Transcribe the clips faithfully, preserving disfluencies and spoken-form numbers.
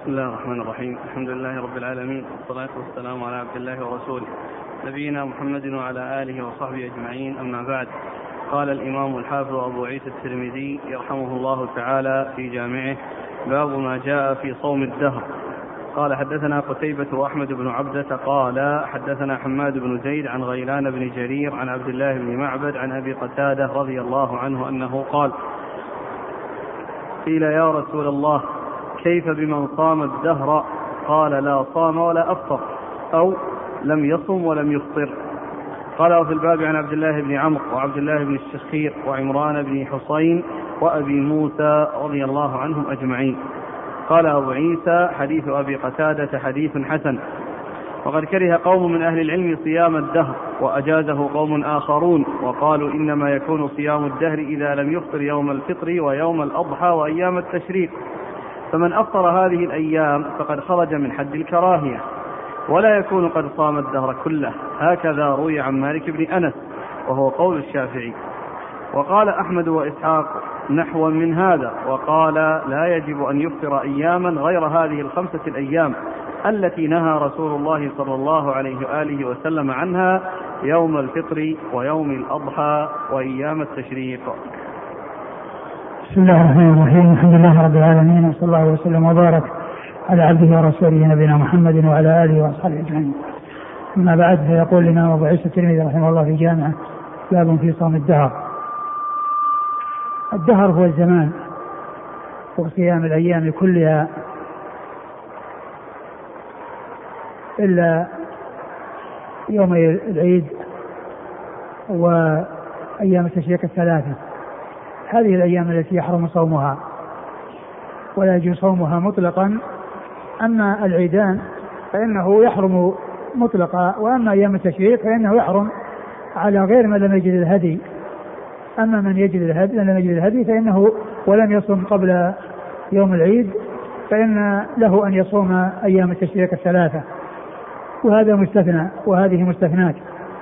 بسم الله الرحمن الرحيم. الحمد لله رب العالمين، والصلاة والسلام على عبد الله ورسوله نبينا محمد وعلى آله وصحبه أجمعين، أما بعد. قال الإمام الحافظ أبو عيسى الترمذي رحمه الله تعالى في جامعه: باب ما جاء في صوم الدهر. قال: حدثنا قتيبة وأحمد بن عبدة قال حدثنا حماد بن زيد عن غيلان بن جرير عن عبد الله بن معبد عن أبي قتادة رضي الله عنه أنه قال: قيل: يا رسول الله، كيف بمن صام الدهر؟ قال: لا صام ولا أفطر، أو لم يصم ولم يفطر. قال: وفي الباب عن عبد الله بن عمرو وعبد الله بن الشخير وعمران بن حصين وأبي موسى رضي الله عنهم أجمعين. قال أبو عيسى: حديث أبي قتادة حديث حسن. وقد كره قوم من أهل العلم صيام الدهر، وأجازه قوم آخرون، وقالوا إنما يكون صيام الدهر إذا لم يفطر يوم الفطر ويوم الأضحى وأيام التشريق، فمن أفطر هذه الأيام فقد خرج من حد الكراهية، ولا يكون قد صام الدهر كله. هكذا روي عن مالك بن أنس، وهو قول الشافعي. وقال أحمد وإسحاق نحو من هذا، وقال: لا يجب أن يفطر أياما غير هذه الخمسة الأيام التي نهى رسول الله صلى الله عليه وآله وسلم عنها: يوم الفطر ويوم الأضحى وأيام التشريق. بسم الله الرحمن الرحيم. الحمد لله رب العالمين، وصلى الله وسلم وبارك على عبده ورسوله نبينا محمد وعلى آله وأصحابه أجمعين. أما بعد، فيقول الإمام أبو عيسى الترمذي رحمه الله في جامعه: باب في صوم الدهر. الدهر هو الزمان وصيام الأيام كلها إلا يوم العيد وأيام التشريق الثلاثة. هذه الأيام التي يحرم صومها ولا يجوز صومها مطلقا. أما العيدان فإنه يحرم مطلقا، وأما أيام التشريق فإنه يحرم على غير من لم يجد الهدي. أما من يجد الهدي من لم يجد الهدي فإنه ولم يصم قبل يوم العيد فإن له أن يصوم أيام التشريق الثلاثة، وهذا مستثنى وهذه مستثنات.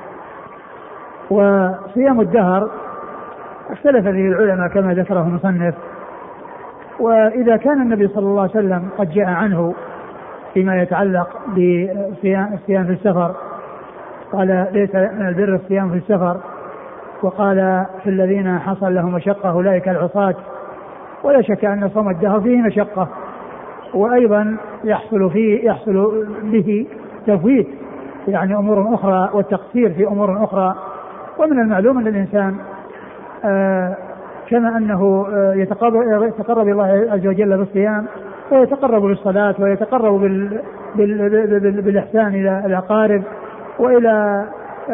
وصيام الدهر اختلف فيه العلماء كما ذكره المصنف. وإذا كان النبي صلى الله عليه وسلم قد جاء عنه فيما يتعلق بالصيام في السفر، قال: ليس من البر الصيام في السفر، وقال: في الذين حصل لهم مشقة أولئك العصاة. ولا شك أن صوم الدهر فيه مشقة، وأيضا يحصل فيه يحصل به تفويت يعني أمور أخرى والتقصير في أمور أخرى. ومن المعلوم أن الإنسان آه كما أنه آه يتقرب, يتقرب الله عز وجل بالصيام، ويتقرب بالصلاة، ويتقرب بال بال بال بالإحسان إلى الأقارب، وإلى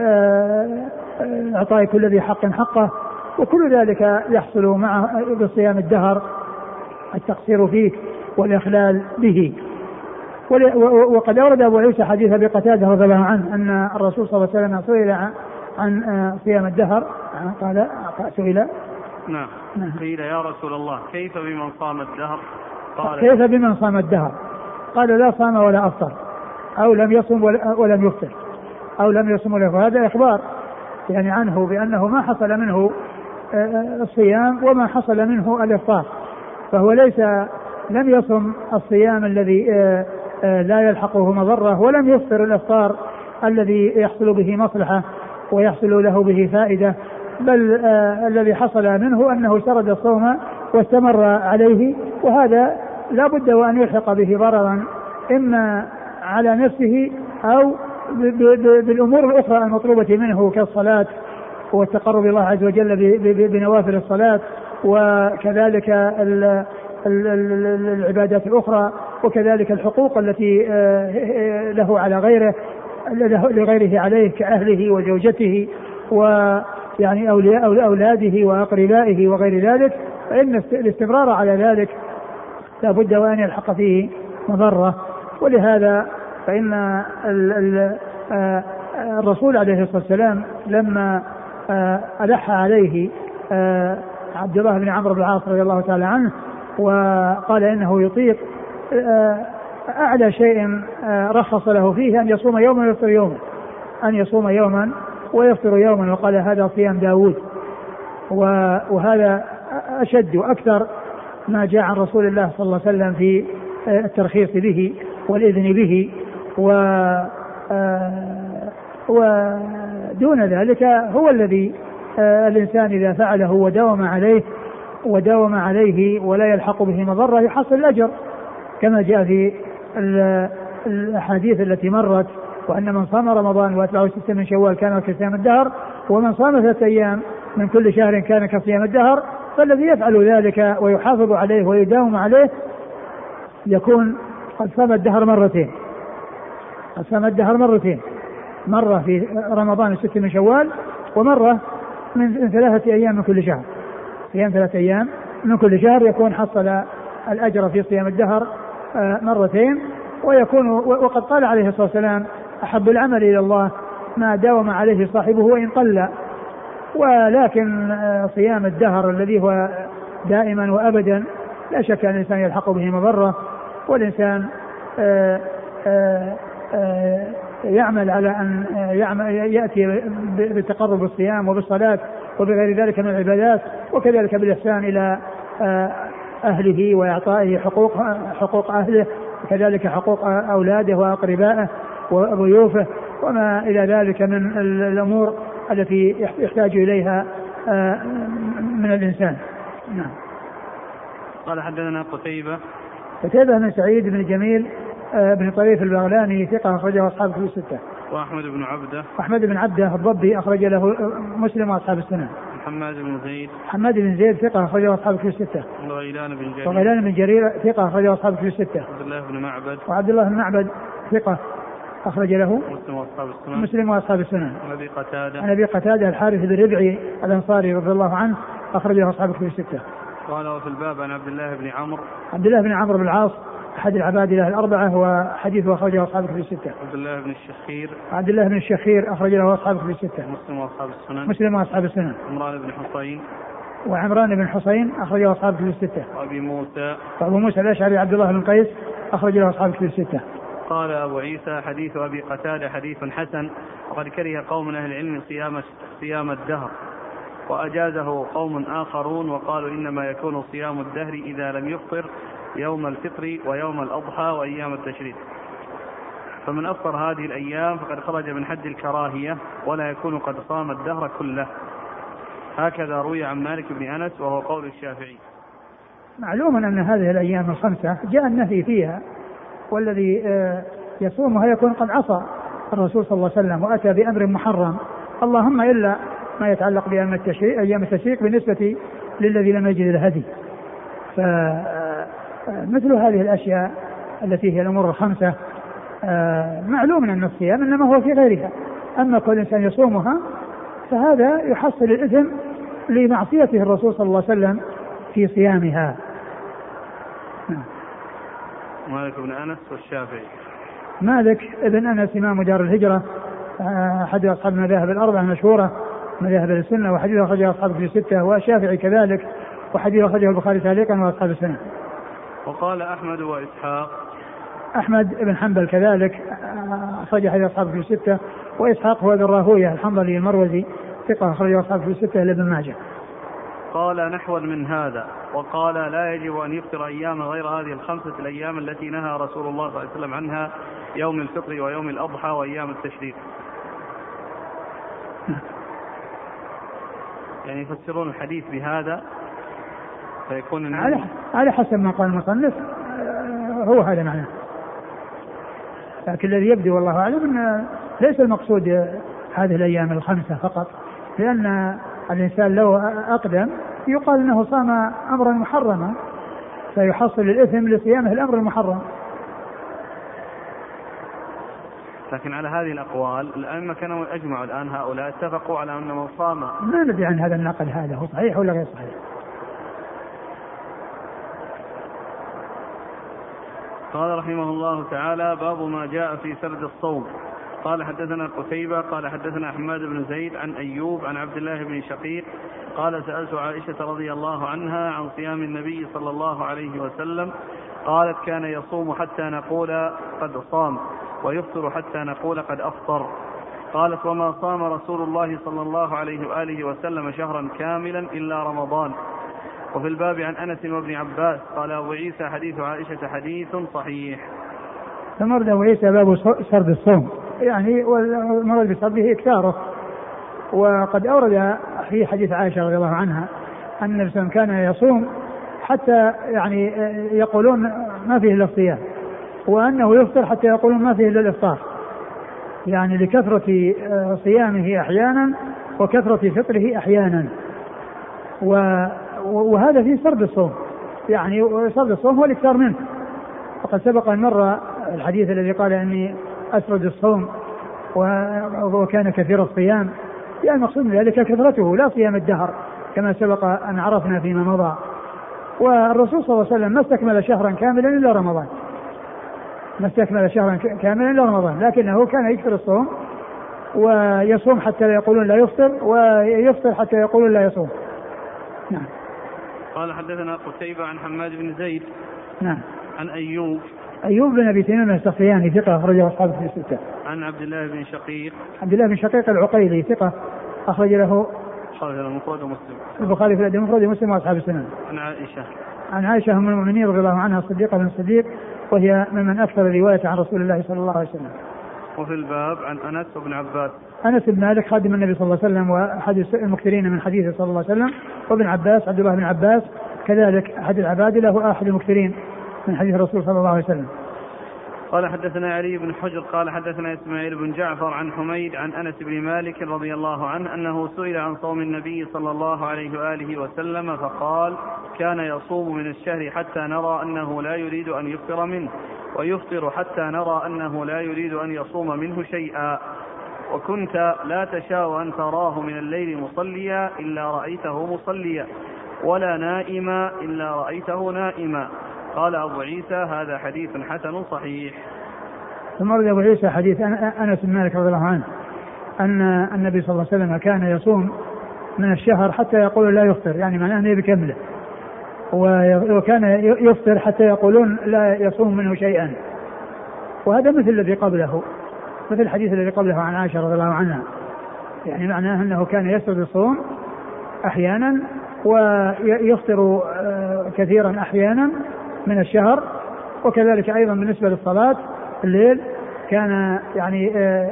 إعطاء كل ذي حق حقه، وكل ذلك يحصل مع بصيام الدهر التقصير فيه والإخلال به. وقد أورد أبو عيسى حديث أبي قتادة رضي الله عنه أن الرسول صلى الله عليه وسلم سئل عن صيام الدهر، قال: سئل نعم قيل: يا رسول الله، كيف بمن صام الدهر؟ قال: كيف بمن صام الدهر؟ قال: لا صام ولا أفطر، أو لم يصم ولم يفطر، أو لم يصم ولا يفطر. هذا إخبار يعني عنه بأنه ما حصل منه الصيام وما حصل منه الإفطار، فهو ليس لم يصم الصيام الذي لا يلحقه مضرة، ولم يفطر الإفطار الذي يحصل به مصلحة ويحصل له به فائدة، بل الذي حصل منه أنه سرد الصوم واستمر عليه، وهذا لا بد وأن يلحق به ضررا إما على نفسه أو بالأمور الأخرى المطلوبة منه كالصلاة والتقرب الله عز وجل بنوافل الصلاة، وكذلك العبادات الأخرى، وكذلك الحقوق التي له على غيره لغيره عليه كأهله وزوجته ويعني أولياء أولاده وأقربائه وغير ذلك، فإن الاستمرار على ذلك لا بد وأن يلحق فيه مضرة. ولهذا فإن الرسول عليه الصلاة والسلام لما ألح عليه عبد الله بن عمرو بن العاص رضي الله تعالى عنه وقال إنه يطيق، أعلى شيء رخص له فيه أن يصوم يوما ويفطر يوما، أن يصوم يوما ويفطر يوما، وقال: هذا صيام داود. وهذا أشد وأكثر ما جاء عن رسول الله صلى الله عليه وسلم في الترخيص به والإذن به، و ودون ذلك هو الذي الإنسان إذا فعله وداوم عليه وداوم عليه ولا يلحق به مضرة يحصل الأجر، كما جاء في الأحاديث التي مرت: وأن من صام رمضان وأتبعه ستة من شوال كان كصيام الدهر، ومن صام ثلاثة أيام من كل شهر كان كصيام الدهر. فالذي يفعل ذلك ويحافظ عليه ويداوم عليه يكون قد صام الدهر مرتين قد صام الدهر مرتين مرة في رمضان ستة من شوال، ومرة من ثلاثة أيام من كل شهر. صيام ثلاثة أيام من كل شهر يكون حصل الأجر في صيام الدهر مرتين. ويكون وقد قال عليه الصلاة والسلام: أحب العمل إلى الله ما داوم عليه صاحبه وإن قل. ولكن صيام الدهر الذي هو دائما وأبدا لا شك أن الإنسان يلحق به مضرة، والإنسان يعمل على أن يعمل يأتي بالتقرب بالصيام وبالصلاة وبغير ذلك من العبادات، وكذلك بالإحسان إلى أهله وإعطائه حقوق حقوق أهله، وكذلك حقوق أولاده وأقربائه وضيوفه وما إلى ذلك من الأمور التي يحتاج إليها من الإنسان. نعم. قال حدثنا قتيبة قتيبة بن سعيد بن جميل بن طريف البغلاني ثقة أخرجه أصحاب الكتب الستة. وأحمد بن عبده أحمد بن عبده الضبي أخرج له مسلم وأصحاب السنة. محمد بن زيد محمد بن زيد ثقة أخرجه أصحاب الكتب الستة. وغيلان بن جرير وغيلان بن جرير ثقة أخرجه أصحاب الكتب الستة. عبد الله بن معبد وعبد الله بن معبد ثقة أخرج له مسلم وأصحاب السنة. مسلم وأصحاب السنة. أبي قتادة عن أبي قتادة الحارث بن ربعي الأنصاري رضي الله عنه أخرج له أصحاب الكتب الستة. قال وفي الباب عن عبد الله بن عمرو عبد الله بن عمرو بن العاص أحد العباد له الأربعة وحديثه أخرجه أصحاب الكتب الستة. عبد الله بن الشخير عبد الله بن الشخير أخرج له أصحاب الكتب الستة. مسلم وأصحاب السنن. مسلم وأصحاب السنن. عمران بن حصين وعمران بن حصين أخرجه أصحاب الكتب الستة. وأبي موسى وأبو موسى الأشعري عبد الله بن قيس أخرج له أصحاب الكتب الستة. قال أبو عيسى حديث أبي قتادة حديث حسن، وقد كره قوم أهل العلم صيام صيام الدهر وأجازه قوم آخرون وقالوا إنما يكون صيام الدهر إذا لم يفطر يوم الفطر ويوم الأضحى وأيام التشريق، فمن أفطر هذه الأيام فقد خرج من حد الكراهية ولا يكون قد صام الدهر كله. هكذا روي عن مالك بن أنس وهو قول الشافعي. معلوم أن هذه الأيام الخمسة جاء النهي فيها، والذي يصومها يكون قد عصى الرسول صلى الله عليه وسلم وأتى بأمر محرم، اللهم إلا ما يتعلق بأيام التشريق أيام التشريق بالنسبة للذي لم يجد الهدي. فمثل هذه الأشياء التي هي الأمور الخمسة معلوم أن الصيام إنما هو في غيرها، أما كل إنسان يصومها فهذا يحصل الإثم لمعصيته الرسول صلى الله عليه وسلم في صيامها. مالك بن أنس والشافعي. مالك ابن أنس إمام دار الهجرة أحد أصحاب المذاهب الأربعة المشهورة مذاهب السنة، وحديث أخرجه أصحاب في الستة، والشافعي كذلك، وحديث أخرجه البخاري تعليقا وأصحاب السنة. وقال أحمد وإسحاق. أحمد بن حنبل كذلك أخرج حديث أصحاب في الستة، وإسحاق هو ذو الراهوية الحنظلي المروزي ثقة أخرجه أصحاب في الستة لابن ماجه. قال نحو من هذا، وقال لا يجب أن يفطر أيام غير هذه الخمسة الأيام التي نهى رسول الله صلى الله عليه وسلم عنها، يوم الفطر ويوم الأضحى وأيام التشريق. يعني يفسرون الحديث بهذا فيكون على على حسب ما قال المصنف هو هذا معناه، لكن الذي يبدو والله أعلم أن ليس المقصود هذه الأيام الخمسة فقط، لأن الإنسان لو أقدم يقال أنه صام أمرا محرما فيحصل الإثم لصيامه الأمر المحرم. لكن على هذه الأقوال الأئمة كانوا أجمعوا الآن هؤلاء اتفقوا على أن من صام. ما ندري عن هذا النقل هذا هو صحيح ولا غير صحيح. قال رحمه الله تعالى باب ما جاء في سرد الصوم. قال حدثنا قتيبة قال حدثنا حماد بن زيد عن أيوب عن عبد الله بن شقيق قال سألت عائشة رضي الله عنها عن صيام النبي صلى الله عليه وسلم، قالت كان يصوم حتى نقول قد صام ويفطر حتى نقول قد أفطر. قالت وما صام رسول الله صلى الله عليه وآله وسلم شهرا كاملا إلا رمضان، وفي الباب عن أنس وابن عباس. قال أبو عيسى حديث عائشة حديث صحيح. ثم ورد أبو عيسى باب سرد الصوم، يعني والمراد بسرده إكثاره. وقد أورد في حديث عائشة رضي الله عنها أن النبي صلى الله عليه وسلم كان يصوم حتى يعني يقولون ما فيه إلا الصيام، وأنه يفطر حتى يقولون ما فيه إلا الإفطار، يعني لكثرة صيامه أحيانا وكثرة فطره أحيانا. وهذا فيه سرد الصوم، يعني سرد الصوم هو الإكثار منه. وقد سبق أن مر الحديث الذي قال أني أسرد الصوم وكان كثير الصيام، يعني المقصود من ذلك كثرته لا صيام الدهر كما سبق أن عرفنا فيما مضى. والرسول صلى الله عليه وسلم ما استكمل شهرا كاملا إلا رمضان، ما استكمل شهرا كاملا إلا رمضان، لكنه كان يكثر الصوم ويصوم حتى يقولون لا يفطر، ويفطر حتى يقولون لا يصوم. نعم. قال حدثنا قتيبة عن حماد بن زيد. نعم. عن أيوب أيوب بن أبي تميم السختياني ثقة أخرجه أصحابه في الستة. عن عبد الله بن شقيق. عبد الله بن شقيق العقيلي ثقة أخرج له المفرد ومسلم البخاري في الأدب المفرد ومسلم وأصحاب السنن. عن عائشة عن عائشة أم المؤمنين رضي الله عنها الصديقة بن الصديق، وهي ممن أكثر رواية عن رسول الله صلى الله عليه وسلم. وفي الباب عن أنس وابن عباس. أنس بن مالك خادم النبي صلى الله عليه وسلم وأحد المكثرين من حديثه صلى الله عليه وسلم، وابن عباس عبد الله بن عباس كذلك أحد العباد له أحد المكثرين من حديث الرسول صلى الله عليه وسلم. قال حدثنا علي بن حجر قال حدثنا إسماعيل بن جعفر عن حميد عن أنس بن مالك رضي الله عنه أنه سئل عن صوم النبي صلى الله عليه وآله وسلم فقال كان يصوم من الشهر حتى نرى أنه لا يريد أن يفطر منه، ويفطر حتى نرى أنه لا يريد أن يصوم منه شيئا، وكنت لا تشاء أن تراه من الليل مصليا إلا رأيته مصليا، ولا نائما إلا رأيته نائما. قال أبو عيسى هذا حديث حسن صحيح. ثم روى أبو عيسى حديث أنس بن مالك رضي الله عنه أن النبي صلى الله عليه وسلم كان يصوم من الشهر حتى يقول لا يفطر، يعني معناه أنه بكمله، وكان يفطر حتى يقولون لا يصوم منه شيئا. وهذا مثل الذي قبله، مثل الحديث الذي قبله عن عائشة رضي الله عنها، يعني معناه أنه كان يسرد الصوم أحيانا ويفطر كثيرا أحيانا من الشهر. وكذلك أيضا بالنسبة للصلاة الليل كان يعني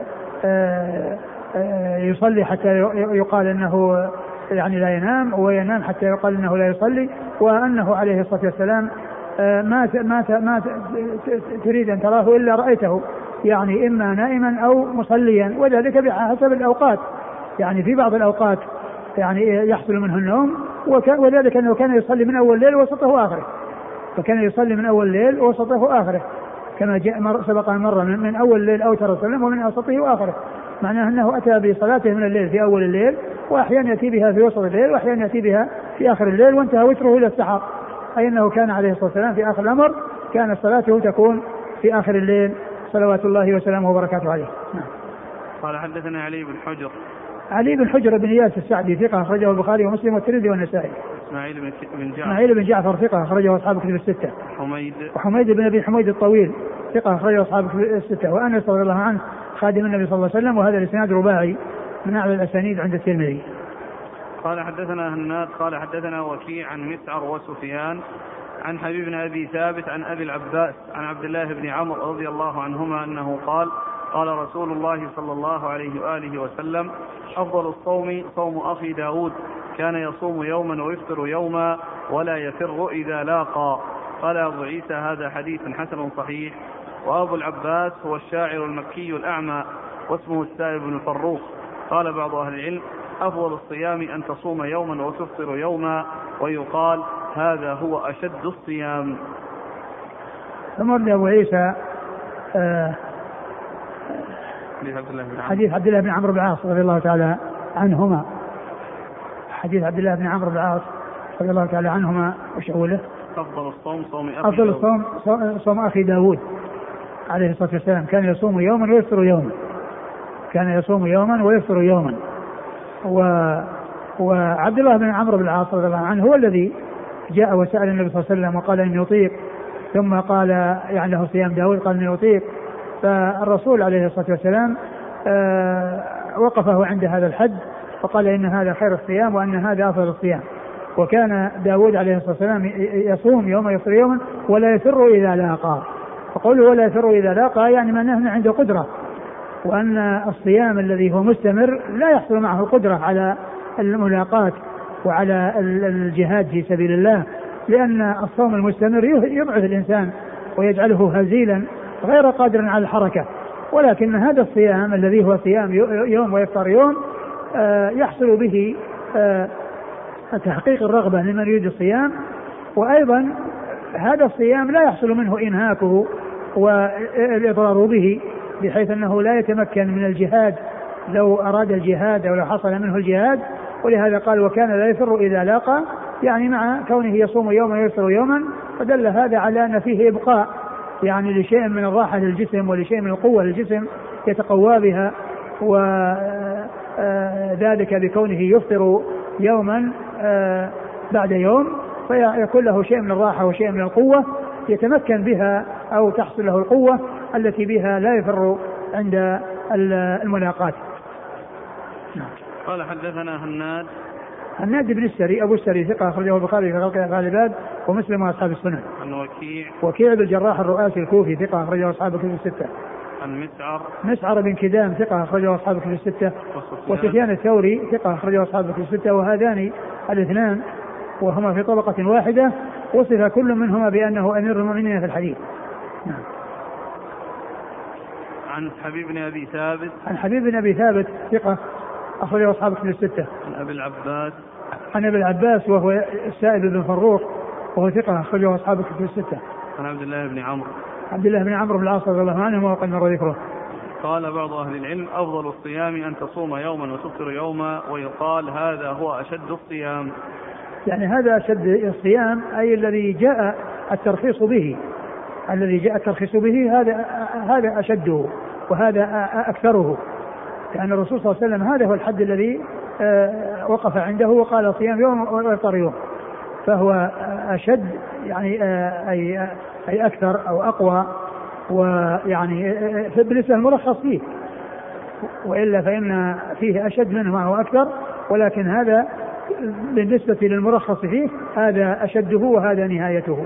يصلي حتى يقال أنه يعني لا ينام، وينام حتى يقال أنه لا يصلي، وأنه عليه الصلاة والسلام ما ما ما تريد أن تراه إلا رأيته، يعني إما نائما أو مصليا، وذلك بحسب الأوقات، يعني في بعض الأوقات يعني يحصل منه النوم، وذلك أنه كان يصلي من أول الليل وسطه وآخره، فكان يصلي من أول الليل وسطه وآخره كما جاء مر سبق مرة من, من أول الليل أوتر وسلم ومن أوسطه وآخره، معناه أنه أتى بصلاته من الليل في أول الليل، وأحيانا يأتي بها في وسط الليل، وأحيانا يأتي بها في آخر الليل، وانتهى وتره إلى السحر، أي أنه كان عليه الصلاة والسلام في آخر الأمر كانت صلاته تكون في آخر الليل صلوات الله وسلامه وبركاته عليه. قال حدثنا علي بن حجر. علي بن حجر بن إياس السعدي ثقة أخرجه البخاري ومسلم والترمذي والنسائي. إسماعيل بن جعفر. إسماعيل بن جعفر ثقة أخرجه أصحاب كتب الستة. حميد. وحميد بن أبي حميد الطويل ثقة أخرجه أصحاب كتب الستة. وأنس رضي الله عنه خادم النبي صلى الله عليه وسلم، وهذا الإسناد رباعي من أعلى الأسانيد عند الترمذي. قال حدثنا هناد قال حدثنا وكيع عن مسعر وسفيان عن حبيب بن أبي ثابت عن أبي العباس عن عبد الله بن عمرو رضي الله عنهما أنه قال قال رسول الله صلى الله عليه وآله وسلم أفضل الصوم صوم أخي داود كان يصوم يوما ويفطر يوما ولا يفر إذا لاقى. قال أبو عيسى هذا حديث حسن صحيح. وأبو العباس هو الشاعر المكي الأعمى واسمه السائب بن الفروخ. قال بعض أهل العلم أفضل الصيام أن تصوم يوما وتفطر يوما، ويقال هذا هو أشد الصيام. ثم أبو عيسى آه حديث عبد الله بن عمرو بن العاص رضي الله تعالى عنهما حديث عبد الله بن عمرو بن العاص رضي الله تعالى عنهما وش أوله؟ أفضل الصوم صوم أخي أفضل الصوم صوم أخي داود عليه الصلاة والسلام كان يصوم يوما ويفطر يوما كان يصوم يوما ويفطر يوما. و... وعبد الله بن عمرو بن العاص رضي الله عنه هو الذي جاء وسأل النبي صلى الله عليه وسلم وقال إني أطيق، ثم قال يعني له صيام داود قال إني أطيق، فالرسول عليه الصلاة والسلام وقفه عند هذا الحد وقال إن هذا خير الصيام وأن هذا أفضل الصيام. وكان داود عليه الصلاة والسلام يصوم يوم يفطر يوما ولا يفر إذا لاقى. فقوله ولا يفر إذا لاقى يعني معناه عنده قدرة، وأن الصيام الذي هو مستمر لا يحصل معه القدرة على الملاقات وعلى الجهاد في سبيل الله، لأن الصوم المستمر يضعف الإنسان ويجعله هزيلا غير قادر على الحركة. ولكن هذا الصيام الذي هو صيام يوم ويفطر يوم يحصل به تحقيق الرغبة لمن يريد الصيام، وأيضا هذا الصيام لا يحصل منه إنهاكه والإضرار به بحيث أنه لا يتمكن من الجهاد لو أراد الجهاد أو لو حصل منه الجهاد. ولهذا قال وكان لا يفر إذا لاقى، يعني مع كونه يصوم يوما ويفطر يوما، فدل هذا على أن فيه إبقاء يعني لشيء من الراحة للجسم ولشيء من القوة للجسم يتقوى بها، وذلك بكونه يفطر يوما بعد يوم فيكون له شيء من الراحة وشيء من القوة يتمكن بها أو تحصل له القوة التي بها لا يفر عند الملاقات. قال حدثنا هناد هناد بن السري أبو السري ثقة أخرجه البخاري في خلق أفعال العباد ومسلم وأصحاب السنن. عن وكيع وكيع بن الجراح الرؤاسي الكوفي ثقة أخرجه أصحاب الكتب الستة. عن مسعر مسعر بن كدام ثقة أخرجه أصحاب الكتب الستة. وسفيان الثوري ثقة أخرجه أصحاب الكتب الستة. وهذان الاثنان وهما في طبقة واحدة وصف كل منهما بأنه أمير المؤمنين في الحديث. نعم. عن حبيب بن أبي ثابت عن حبيب بن أبي ثابت ثقة أخرجه أصحاب الكتب الستة. عن أبي العباس عن أبي العباس وهو السائب بن فروخ وهو ثقة أخرجه أصحاب الكتب الستة. عن عبد الله بن عمرو عبد الله بن عمرو بن العاص رضي الله عنه وقد مر ذكره. قال بعض أهل العلم أفضل الصيام أن تصوم يوما وتفطر يوما، ويقال هذا هو أشد الصيام. يعني هذا أشد الصيام أي الذي جاء الترخيص به، الذي جاء الترخيص به هذا هذا أشده وهذا أكثره، لأن الرسول صلى الله عليه وسلم هذا هو الحد الذي وقف عنده وقال صيام يوم ويفطر يوم، فهو أشد يعني أي أي أكثر أو أقوى، ويعني بالنسبة المرخص فيه، وإلا فإن فيه أشد منه وهو أكثر، ولكن هذا بالنسبة للمرخص فيه هذا أشده وهذا نهايته.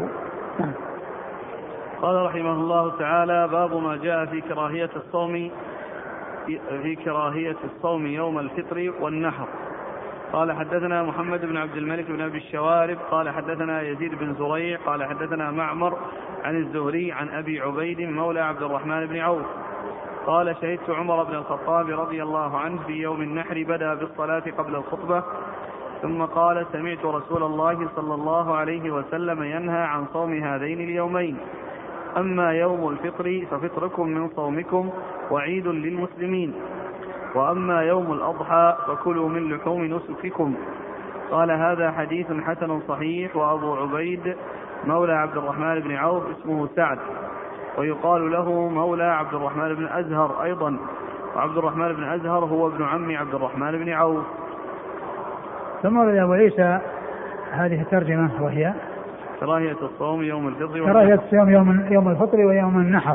قال رحمه الله تعالى باب ما جاء في كراهية الصوم في كراهية الصوم يوم الفطر والنحر. قال حدثنا محمد بن عبد الملك بن أبي الشوارب قال حدثنا يزيد بن زريع قال حدثنا معمر عن الزهري عن أبي عبيد مولى عبد الرحمن بن عوف قال شهدت عمر بن الخطاب رضي الله عنه في يوم النحر بدأ بالصلاة قبل الخطبة ثم قال سمعت رسول الله صلى الله عليه وسلم ينهى عن صوم هذين اليومين، أما يوم الفطر ففطركم من صومكم وعيد للمسلمين، وأما يوم الأضحى فكلوا من لحوم نسككم. قال هذا حديث حسن صحيح. وأبو عبيد مولى عبد الرحمن بن عوف اسمه سعد ويقال له مولى عبد الرحمن بن أزهر أيضا، وعبد الرحمن بن أزهر هو ابن عم عبد الرحمن بن عوف. ثم ورد أبو عيسى هذه الترجمة وهي كراهية الصوم يوم الفطر كراهية الصوم يوم يوم الفطر ويوم النحر.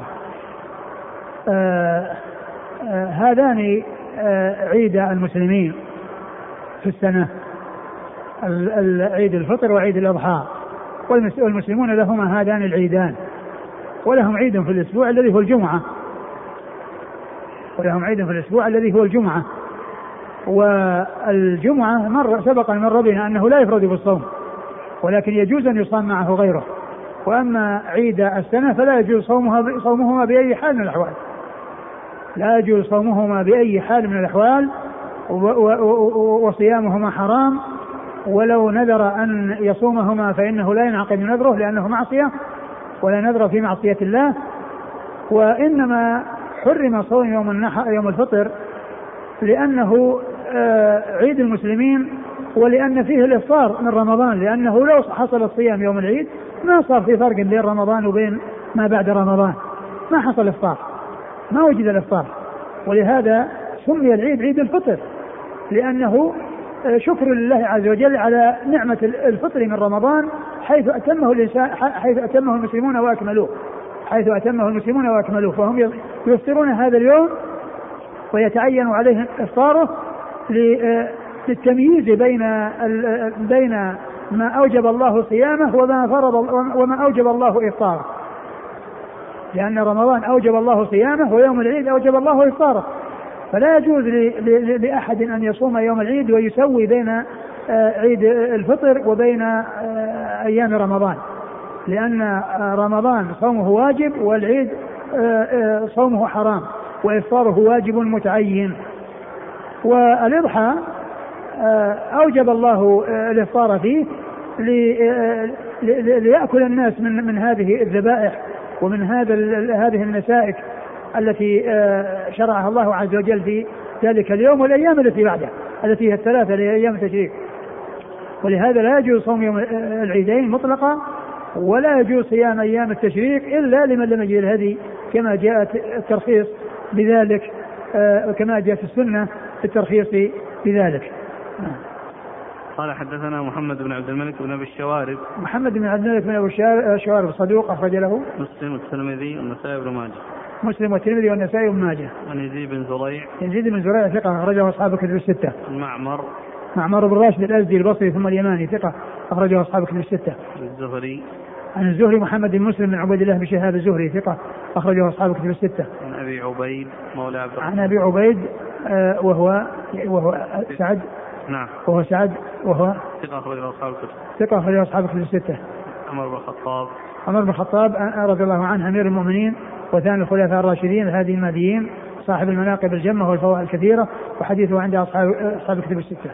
آه آه هذان آه عيد المسلمين في السنة، عيد الفطر وعيد الأضحى، والمسلمون لهما هذان العيدان، ولهم عيد في الأسبوع الذي هو الجمعة ولهم عيد في الأسبوع الذي هو الجمعة والجمعة مر سبق مر بنا أنه لا يفرد بالصوم، ولكن يجوز أن يصام معه غيره. وأما عيد السنة فلا يجوز صومها صومهما بأي حال من الأحوال، لا يجوز صومهما بأي حال من الأحوال، وصيامهما حرام، ولو نذر أن يصومهما فإنه لا ينعقد نذره لأنه معصية ولا نذر في معصية الله. وإنما حرم صوم يوم النحر يوم الفطر لأنه عيد المسلمين، ولأن فيه الإفطار من رمضان، لأنه لو حصل الصيام يوم العيد ما صار في فرق بين رمضان وبين ما بعد رمضان، ما حصل إفطار، ما وجد الإفطار، ولهذا سمي العيد عيد الفطر، لأنه شكر لله عز وجل على نعمة الفطر من رمضان حيث أتمه الإنسان حيث أتمه المسلمون وأكملوه حيث أتمه المسلمون وأكملوه فهم يفطرون هذا اليوم ويتعين عليهم إفطاره للتمييز بين بين ما أوجب الله صيامه وما فرض وما أوجب الله إفطاره، لأن رمضان أوجب الله صيامه ويوم العيد أوجب الله إفطاره، فلا يجوز لأحد أن يصوم يوم العيد ويسوي بين عيد الفطر وبين أيام رمضان، لأن رمضان صومه واجب والعيد صومه حرام وإفطاره واجب متعين. والإضحى أوجب الله الإفطار فيه ليأكل الناس من من هذه الذبائح ومن هذا هذه النسائك التي شرعها الله عز وجل في ذلك اليوم والأيام التي بعده التي هي الثلاثة لأيام التشريق. ولهذا لا يجوز صوم يوم العيدين مطلقا، ولا يجوز صيام أيام التشريق إلا لمن لم يجد الهدي، كما جاءت الترخيص بذلك كما جاءت السنة في الترخيص بذلك. قال حدثنا محمد بن عبد الملك بن أبي الشوارب. محمد بن عبد الملك بن أبي الشوارب صدوق أخرج له مسلم والترمذي والنسائي بن ماجه. مسلم والترمذي والنسائي بن ماجه. عن يزيد بن زريع. يزيد بن زريع ثقة أخرجه أصحاب الكتب الستة. معمر. معمر بن راشد الأزدي البصري ثم اليماني ثقة أخرجه أصحاب الكتب الستة. الزهري. عن الزهري محمد بن مسلم بن عبيد الله بن شهاب الزهري ثقة أخرجه أصحاب الكتب الستة. عن أبي عبيد مولى عبد الرحمن. عن أبي عبيد آه وهو وهو سعد. نعم. وهو سعد وهو ثقة أخرجه أصحاب الكتب. ثقة أخرجه أصحاب الكتب الستة. عمر بن الخطاب. عمر بن الخطاب رضي الله عنه أمير المؤمنين وثاني الخلفاء الراشدين الهادي المهديين صاحب المناقب الجمة والفوائد الكثيرة، وحديثه عند أصحاب أصحاب الكتب الستة.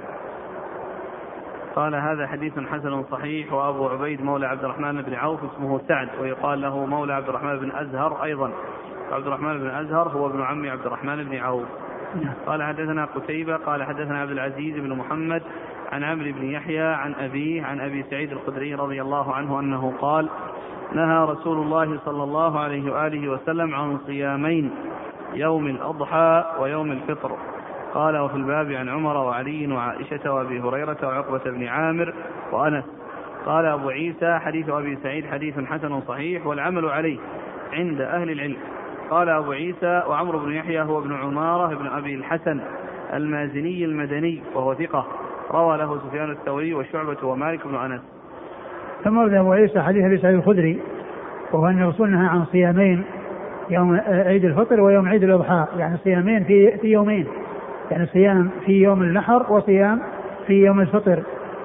قال هذا حديث حسن صحيح. وأبو عبيد مولى عبد الرحمن بن عوف اسمه سعد، ويقال له مولى عبد الرحمن بن أزهر أيضا. عبد الرحمن بن أزهر هو ابن عم عبد الرحمن بن عوف. قال حدثنا قتيبة قال حدثنا عبد العزيز بن محمد عن عمرو بن يحيى عن أبيه عن أبي سعيد الخدري رضي الله عنه أنه قال نهى رسول الله صلى الله عليه وآله وسلم عن صيامين، يوم الأضحى ويوم الفطر. قال وفي الباب عن عمر وعلي وعائشة وأبي هريرة وعقبة بن عامر وأنس. قال أبو عيسى حديث أبي سعيد حديث حسن صحيح والعمل عليه عند أهل العلم. قال أبو عيسى وعمر بن يحيى هو ابن عمارة بن أبي الحسن المازني المدني وهو ثقة، روى له سفيان الثوري وشعبة ومالك بن أنس. ثم ورد أبو عيسى حديث أبي سعيد الخدري وهو أن الرسول نهى عن صيامين، يوم عيد الفطر ويوم عيد الأضحى، يعني صيامين في في يومين، يعني صيام في يوم النحر وصيام في يوم الفطر.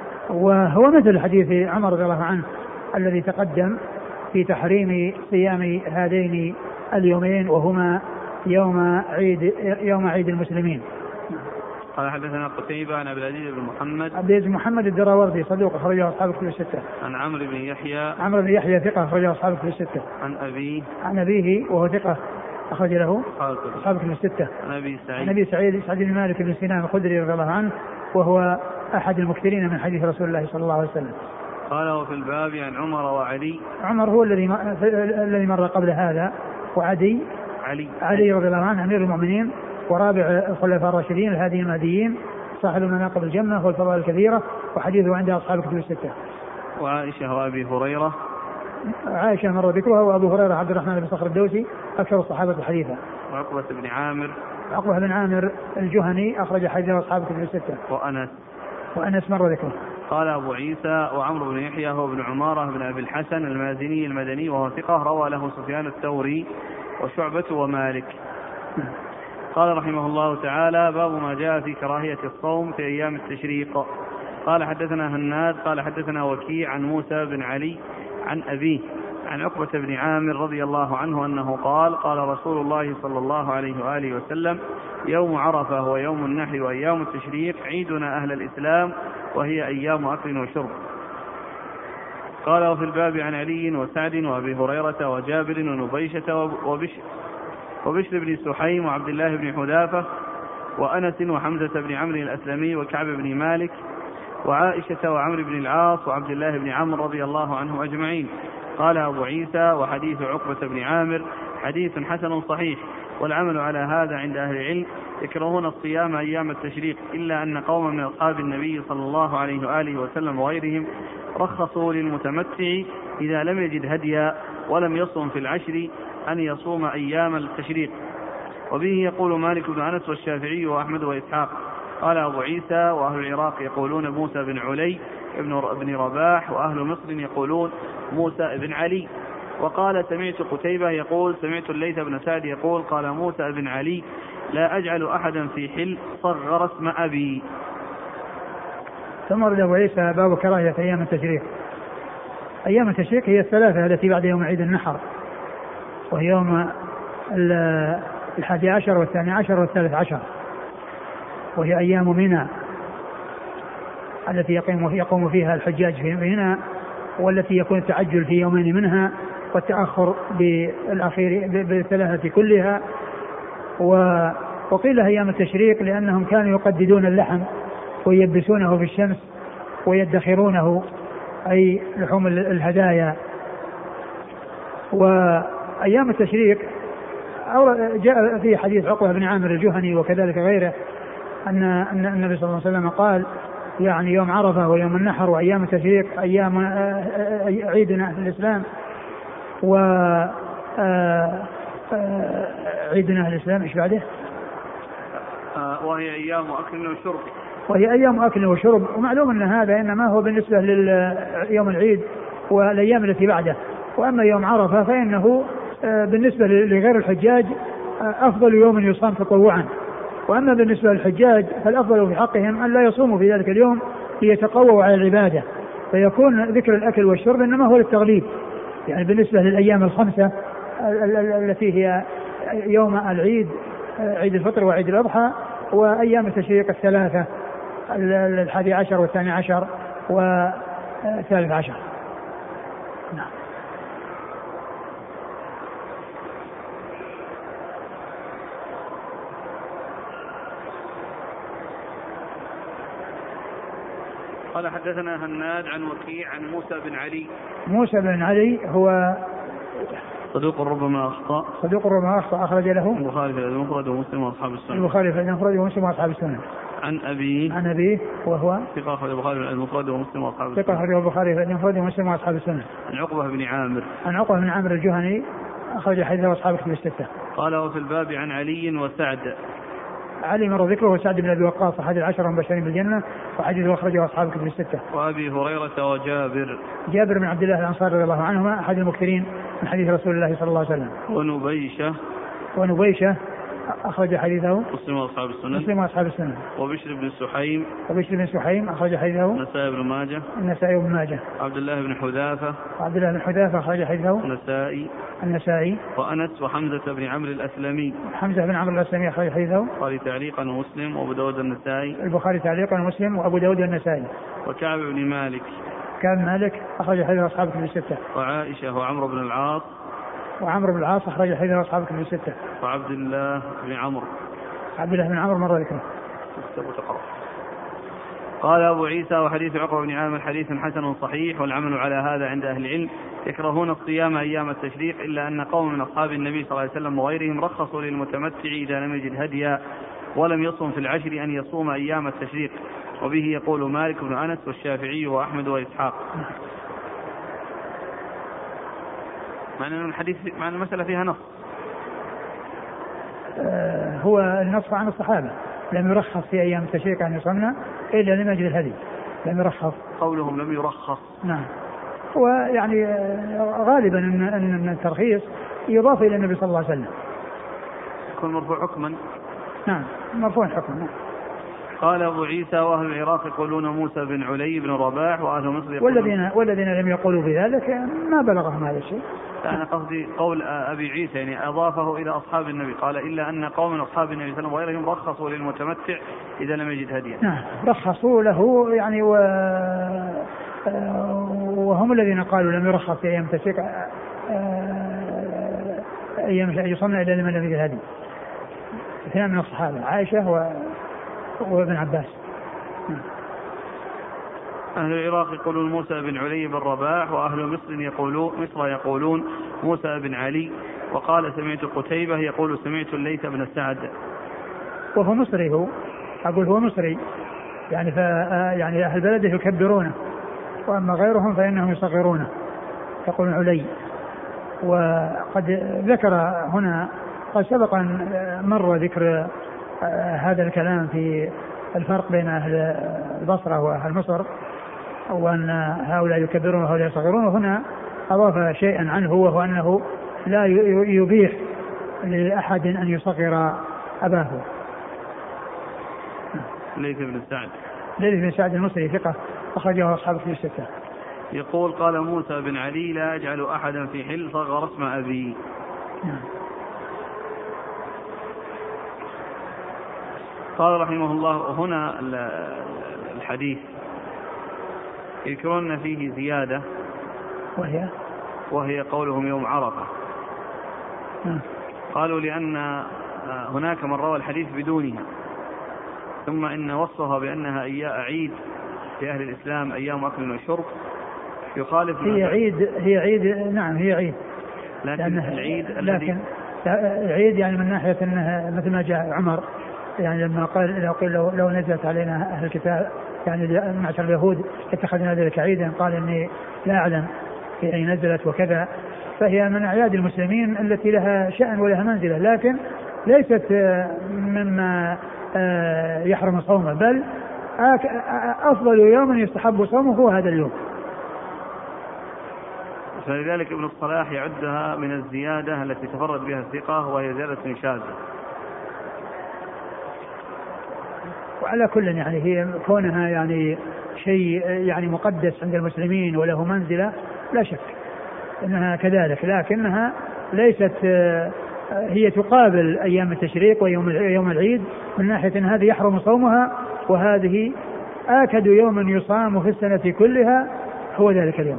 وهو مثل حديث عمر رضي الله عنه الذي تقدم في تحريم صيام هذين اليومين وهما يوم عيد يوم عيد المسلمين. قال حدثنا قتيبة عن عبد العزيز بن محمد. عبد العزيز بن محمد الدراوردي صدوق أخرجه أصحاب الكتب الستة. عن عمرو بن يحيى. عمرو بن يحيى ثقة أخرجه أصحاب الكتب الستة. عن أبيه. عن أبيه وهو ثقة أخرج له أصحاب الكتب الستة. عن أبي سعيد. عن أبي سعيد سعد بن مالك بن سنان الخدري رضي الله عنه وهو أحد المكثرين من حديث رسول الله صلى الله عليه وسلم. قال وفي الباب عن عمر وعلي. عمر هو الذي الذي مر قبل هذا، وعدي علي علي رضي الله عنه أمير المؤمنين ورابع الخلفاء الراشدين الهادي المهديين صاحب المناقب الجمة والفضائل الكثيرة، وحديثه عند أصحاب الكتب الستة. وعائشة وأبي هريرة. عائشة مر ذكرها، وأبو هريرة عبد الرحمن بن صخر الدوسي أكثر الصحابة حديثا. وعقبة بن عامر. عقبة بن عامر الجهني أخرج حديث أصحاب الكتب الستة. وأنس. وأنس مر ذكره. قال أبو عيسى وعمرو بن يحيى هو ابن عمارة بن أبي الحسن المازني المدني وهو ثقة، روى له سفيان الثوري وشعبة ومالك. قال رحمه الله تعالى باب ما جاء في كراهية الصوم في أيام التشريق. قال حدثنا هناد قال حدثنا وكيع عن موسى بن علي عن أبيه عن عقبة بن عامر رضي الله عنه أنه قال قال رسول الله صلى الله عليه وآله وسلم يوم عرفة ويوم النحر وأيام التشريق عيدنا أهل الإسلام وهي أيام أكل وشرب. قال وفي الباب عن علي وسعد وأبي هريرة وجابر ونبيشة وبشر وبشر بن سحيم وعبد الله بن حذافة وأنس وحمزة بن عمرو الأسلمي وكعب بن مالك وعائشة وعمرو بن العاص وعبد الله بن عمرو رضي الله عنهم أجمعين. قال أبو عيسى وحديث عقبة بن عامر حديث حسن صحيح، والعمل على هذا عند أهل العلم. يكرهون الصيام أيام التشريق إلا أن قوما من أصحاب النبي صلى الله عليه وآله وسلم وغيرهم رخصوا للمتمتع إذا لم يجد هديا ولم يصم في العشر أن يصوم أيام التشريق. وبه يقول مالك بن أنس والشافعي وأحمد وإسحاق. قال أبو عيسى وأهل العراق يقولون موسى بن علي بن رباح، وأهل مصر يقولون موسى بن علي. وقال سمعت قتيبة يقول سمعت الليث بن سعد يقول قال موسى بن علي لا أجعل أحدا في حل صغر اسم أبي. ثم ورد أبو عيسى باب كراهية أيام التشريق. أيام التشريق هي الثلاثة التي بعد يوم عيد النحر، وهي يوم الحادي عشر والثاني عشر والثالث عشر، وهي أيام منى التي يقوم يقوم فيها الحجاج في منى، والتي يكون التعجل في يومين منها والتأخر بالأخير بالثلاثة كلها. وقيل أيام التشريق لأنهم كانوا يقددون اللحم ويلبسونه في الشمس ويدخرونه، أي لحوم الهدايا. وأيام التشريق جاء في حديث عقبة بن عامر الجهني وكذلك غيره أن النبي صلى الله عليه وسلم قال يعني يوم عرفة ويوم النحر وأيام التشريق أيام عيدنا في الإسلام، وعيدنا في الإسلام إيش بعده؟ وهي أيام أكل وشرب وهي أيام أكل وشرب. ومعلوم أن هذا إنما هو بالنسبة ليوم العيد والأيام التي بعده، وأما يوم عرفة فإنه بالنسبة لغير الحجاج أفضل يوم يصام تطوعا، وأما بالنسبة للحجاج فالأفضل في حقهم أن لا يصوموا في ذلك اليوم ليتقووا على العبادة، فيكون ذكر الأكل والشرب إنما هو للتغليب، يعني بالنسبة للأيام الخمسة التي هي يوم العيد عيد الفطر وعيد الأضحى، وأيام التشريق الثلاثة الحادي عشر والثاني عشر والثالث عشر. نعم. قال حدثنا هناد عن وكيع عن موسى بن علي. موسى بن علي هو صدوق ربما أخطأ صدوق ربما أخطأ أخرج له البخاري في المفرد ومسلم وأصحاب السنن. البخاري في المفرد ومسلم وأصحاب السنن. عن أبيه عن أبيه وهو ثقة أخرج البخاري في المفرد ومسلم وأصحاب السنن. ثقة أخرج البخاري في المفرد ومسلم وأصحاب السنن. عن عقبة بن عامر عن عقبة بن عامر الجهني أخرج حديثه أصحاب الكتب الستة. قال وفي الباب عن علي وسعد. علي مر ذكره وسعد بن أبي وقاص أحد العشرة المبشرين بالجنة وحديثه أخرجه أصحاب الكتب الستة. وأبي هريرة وجابر. جابر بن عبد الله الأنصاري رضي الله عنهما أحد المكثرين من حديث رسول الله صلى الله عليه وسلم. ونبيشة. ونبيشة أخرج حديثه مسلم وأصحاب السنن. مسلم وأصحاب السنن. وبشر بن سحيم. وبشر بن سحيم أخرج حديثه النسائي بن ماجه. النسائي بن ماجه. عبد الله بن حذافة. عبد الله بن حذافة أخرج حديثه النسائي. النسائي. وأنس وحمزة بن عمرو الأسلمي. حمزة بن عمرو الأسلمي أخرج حديثه. البخاري تعليقا ومسلم وأبو داود النسائي. البخاري تعليقا ومسلم وأبو داود النسائي. وكعب بن مالك. كعب مالك أخرج حديث أصحاب الكتب الستة. وعائشة وعمرو بن العاص. وعمرو بن العاص أخرج حديث أصحاب الكتب الستة. وعبد الله بن عمرو. عبد الله بن عمرو مر ذكره. قال أبو عيسى وحديث عقبة بن عامر حديث حسن صحيح، والعمل على هذا عند أهل العلم. يكرهون الصيام أيام التشريق إلا أن قوم من أصحاب النبي صلى الله عليه وسلم وغيرهم رخصوا للمتمتع إذا لم يجد هديا ولم يصم في العشر أن يصوم أيام التشريق، وبه يقول مالك بن أنس والشافعي وأحمد وإسحاق. معنى الحديث معنى المسألة فيها نص. آه هو النص عن الصحابة لم يرخص في أيام التشريق أن يصمنا إلا لم يجد الهدي، لم يرخص. قولهم لم يرخص. نعم. هو يعني غالبا أن أن الترخيص يضاف إلى النبي صلى الله عليه وسلم. يكون مرفوع حكما. نعم مرفوع حكما. نعم. قال أبو عيسى وأهل العراق يقولون موسى بن علي بن رباح، وأهل مصر يقولون والذين والذين لم يقولوا بذلك ما بلغهم هذا الشيء. أنا قصدي قول أبي عيسى يعني أضافه إلى أصحاب النبي، قال إلا أن قوم من أصحاب النبي صلى الله عليه وسلم وغيرهم رخصوا للمتمتع إذا لم يجد هديا. نعم رخصوا له يعني و... وهم الذين قالوا لم يرخص في أيام التشريق أيام يصمنا إلا لمن لم يجد هدي. اثنان من الصحابة عائشة و... وابن عباس. أهل العراق يقولون موسى بن علي بن رباح، وأهل مصر يقولون مصر يقولون موسى بن علي. وقال سمعت قتيبة يقول سمعت الليث بن سعد. وهو مصري، هو أقول هو مصري يعني ف يعني أهل بلده يكبرونه، وأما غيرهم فإنهم يصغرونه يقولون علي. وقد ذكر هنا قد سبق أن مر ذكر هذا الكلام في الفرق بين أهل البصرة وأهل مصر، وأن هؤلاء يكبرون وهؤلاء يصغرون، وهنا أضاف شيئا عنه وهو أنه لا يبيح لأحد أن يصغر أباه. ليث بن سعد ليث بن سعد المصري ثقة أخرجه أصحاب في الستة. يقول قال موسى بن علي لا أجعل أحدا في حل صغر اسم أبي. قال رحمه الله هنا الحديث يذكرون فيه زيادة وهي وهي قولهم يوم عرفة. قالوا لأن هناك من روى الحديث بدونها، ثم إن وصفها بأنها عيد في أهل الإسلام أيام أكل وشرب يخالف. هي عيد هي عيد نعم هي عيد، لكن العيد لكن عيد يعني من ناحية أنها مثل ما جاء عمر يعني لما قال لو قيل لو, لو نزلت علينا أهل الكتاب يعني معشر اليهود اتخذنا ذلك عيدا، قال إني لا أعلم في أي نزلت وكذا، فهي من أعياد المسلمين التي لها شأن ولها منزلة، لكن ليست مما يحرم صومه، بل أفضل يوم يستحب صومه هو هذا اليوم. فلذلك ابن الصلاح يعدها من الزيادة التي تفرد بها الثقة وهي زيادة شاذة. وعلى كل يعني هي كونها يعني شيء يعني مقدس عند المسلمين وله منزلة لا شك انها كذلك، لكنها ليست هي تقابل ايام التشريق ويوم يوم العيد من ناحية ان هذه يحرم صومها وهذه آكد يوم يصام في السنة كلها هو ذلك اليوم.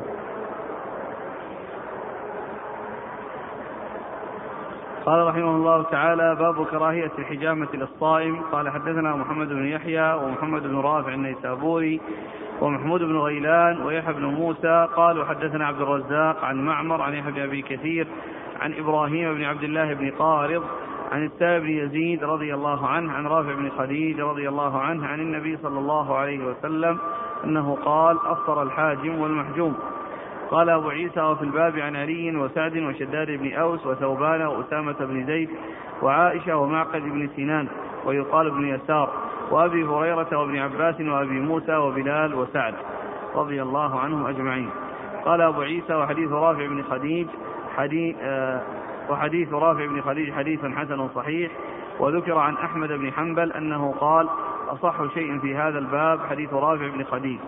قال رحمه الله تعالى باب كراهية الحجامة للصائم. قال حدثنا محمد بن يحيى ومحمد بن رافع النيسابوري ومحمود بن غيلان ويحيى بن موسى قالوا حدثنا عبد الرزاق عن معمر عن يحيى بن أبي كثير عن إبراهيم بن عبد الله بن قارض عن السائب بن يزيد رضي الله عنه عن رافع بن خديج رضي الله عنه عن النبي صلى الله عليه وسلم أنه قال أفطر الحاجم والمحجوم. قال أبو عيسى وفي الباب عن علي وسعد وشداد بن أوس وثوبان وأسامة بن زيد وعائشة ومعقد بن سنان ويقال بن يسار وأبي هريرة وابن عباس وأبي موسى وبلال وسعد رضي الله عنهم أجمعين. قال أبو عيسى وحديث رافع بن خديج حديث آه وحديث رافع بن خديج حديث حسن صحيح. وذكر عن أحمد بن حنبل أنه قال أصح شيء في هذا الباب حديث رافع بن خديج.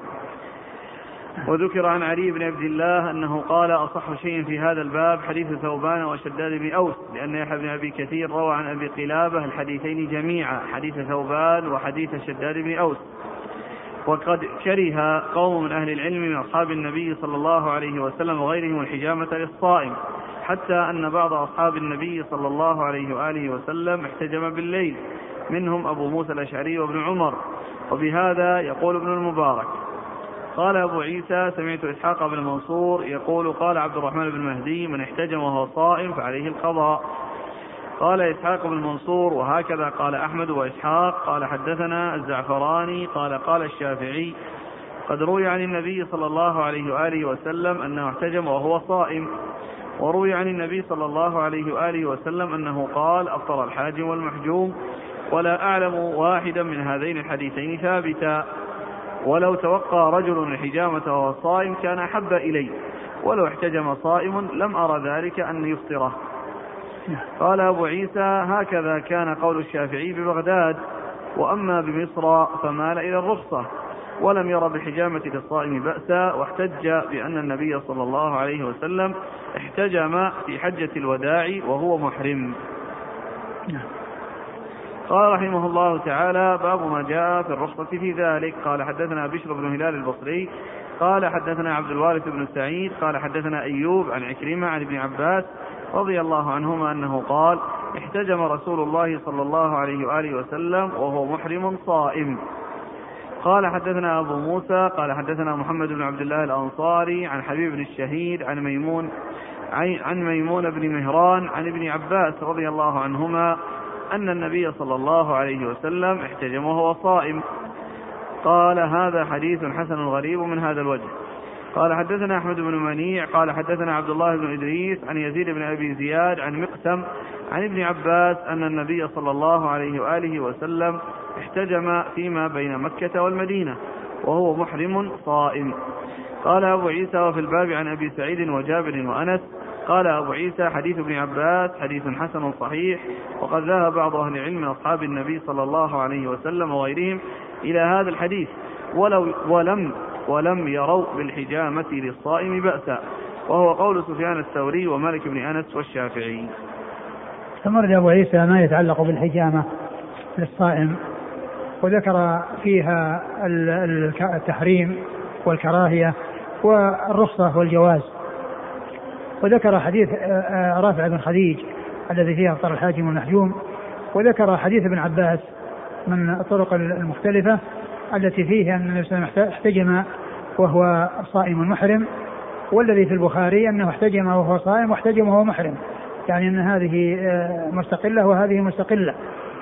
وذكر عن علي بن عبد الله أنه قال أصح شيء في هذا الباب حديث ثوبان وشداد بن أوس، لأن يحيى بن أبي كثير روى عن أبي قلابة الحديثين جميعا حديث ثوبان وحديث شداد بن أوس. وقد كره قوم من أهل العلم من أصحاب النبي صلى الله عليه وسلم وغيرهم الحجامة للصائم، حتى أن بعض أصحاب النبي صلى الله عليه وآله وسلم احتجم بالليل، منهم أبو موسى الأشعري وابن عمر، وبهذا يقول ابن المبارك. قال أبو عيسى سمعت إسحاق بن منصور يقول قال عبد الرحمن بن مهدي من احتجم وهو صائم فعليه القضاء. قال إسحاق بن منصور وهكذا قال أحمد وإسحاق. قال حدثنا الزعفراني قال قال الشافعي قد روي عن النبي صلى الله عليه وآله وسلم أنه احتجم وهو صائم، وروي عن النبي صلى الله عليه وآله وسلم أنه قال أفطر الحاجم والمحجوم، ولا أعلم واحدا من هذين الحديثين ثابتا، ولو توقى رجل الحجامة وهو صائم كان أحب إلي، ولو احتجم صائم لم أرى ذلك أن يفطره. قال أبو عيسى هكذا كان قول الشافعي ببغداد، وأما بمصر فمال إلى الرخصة، ولم ير بالحجامة للصائم بأسا، واحتج بأن النبي صلى الله عليه وسلم احتجم في حجة الوداع وهو محرم. قال رحمه الله تعالى باب ما جاء في الرخصة في ذلك. قال حدثنا بشر بن هلال البصري قال حدثنا عبد الوارث بن سعيد قال حدثنا أيوب عن عكرمة عن ابن عباس رضي الله عنهما أنه قال احتجم رسول الله صلى الله عليه وآله وسلم وهو محرم صائم. قال حدثنا أبو موسى قال حدثنا محمد بن عبد الله الأنصاري عن حبيب بن الشهيد عن ميمون عن ميمون بن مهران عن ابن عباس رضي الله عنهما أن النبي صلى الله عليه وسلم احتجم وهو صائم. قال هذا حديث حسن غريب من هذا الوجه. قال حدثنا أحمد بن منيع قال حدثنا عبد الله بن إدريس عن يزيد بن أبي زياد عن مقسم عن ابن عباس أن النبي صلى الله عليه وآله وسلم احتجم فيما بين مكة والمدينة، وهو محرم صائم. قال أبو عيسى وفي الباب عن أبي سعيد وجابر وأنس. قال أبو عيسى حديث ابن عباس حديث حسن صحيح، وقد ذهب بعض أهل العلم من أصحاب النبي صلى الله عليه وسلم وغيرهم إلى هذا الحديث ولو ولم ولم يروا بالحجامة للصائم بأسا، وهو قول سفيان الثوري ومالك بن أنس والشافعي. استمر أبو عيسى ما يتعلق بالحجامة للصائم، وذكر فيها التحريم والكراهية والرخصة والجواز، وذكر حديث رافع بن خديج الذي فيه أفطر الحاجم والمحجوم، وذكر حديث ابن عباس من الطرق المختلفة التي فيه أن النبي صلى الله عليه وسلم احتجم وهو صائم محرم، والذي في البخاري أنه احتجم وهو صائم واحتجم وهو محرم، يعني أن هذه مستقلة وهذه مستقلة.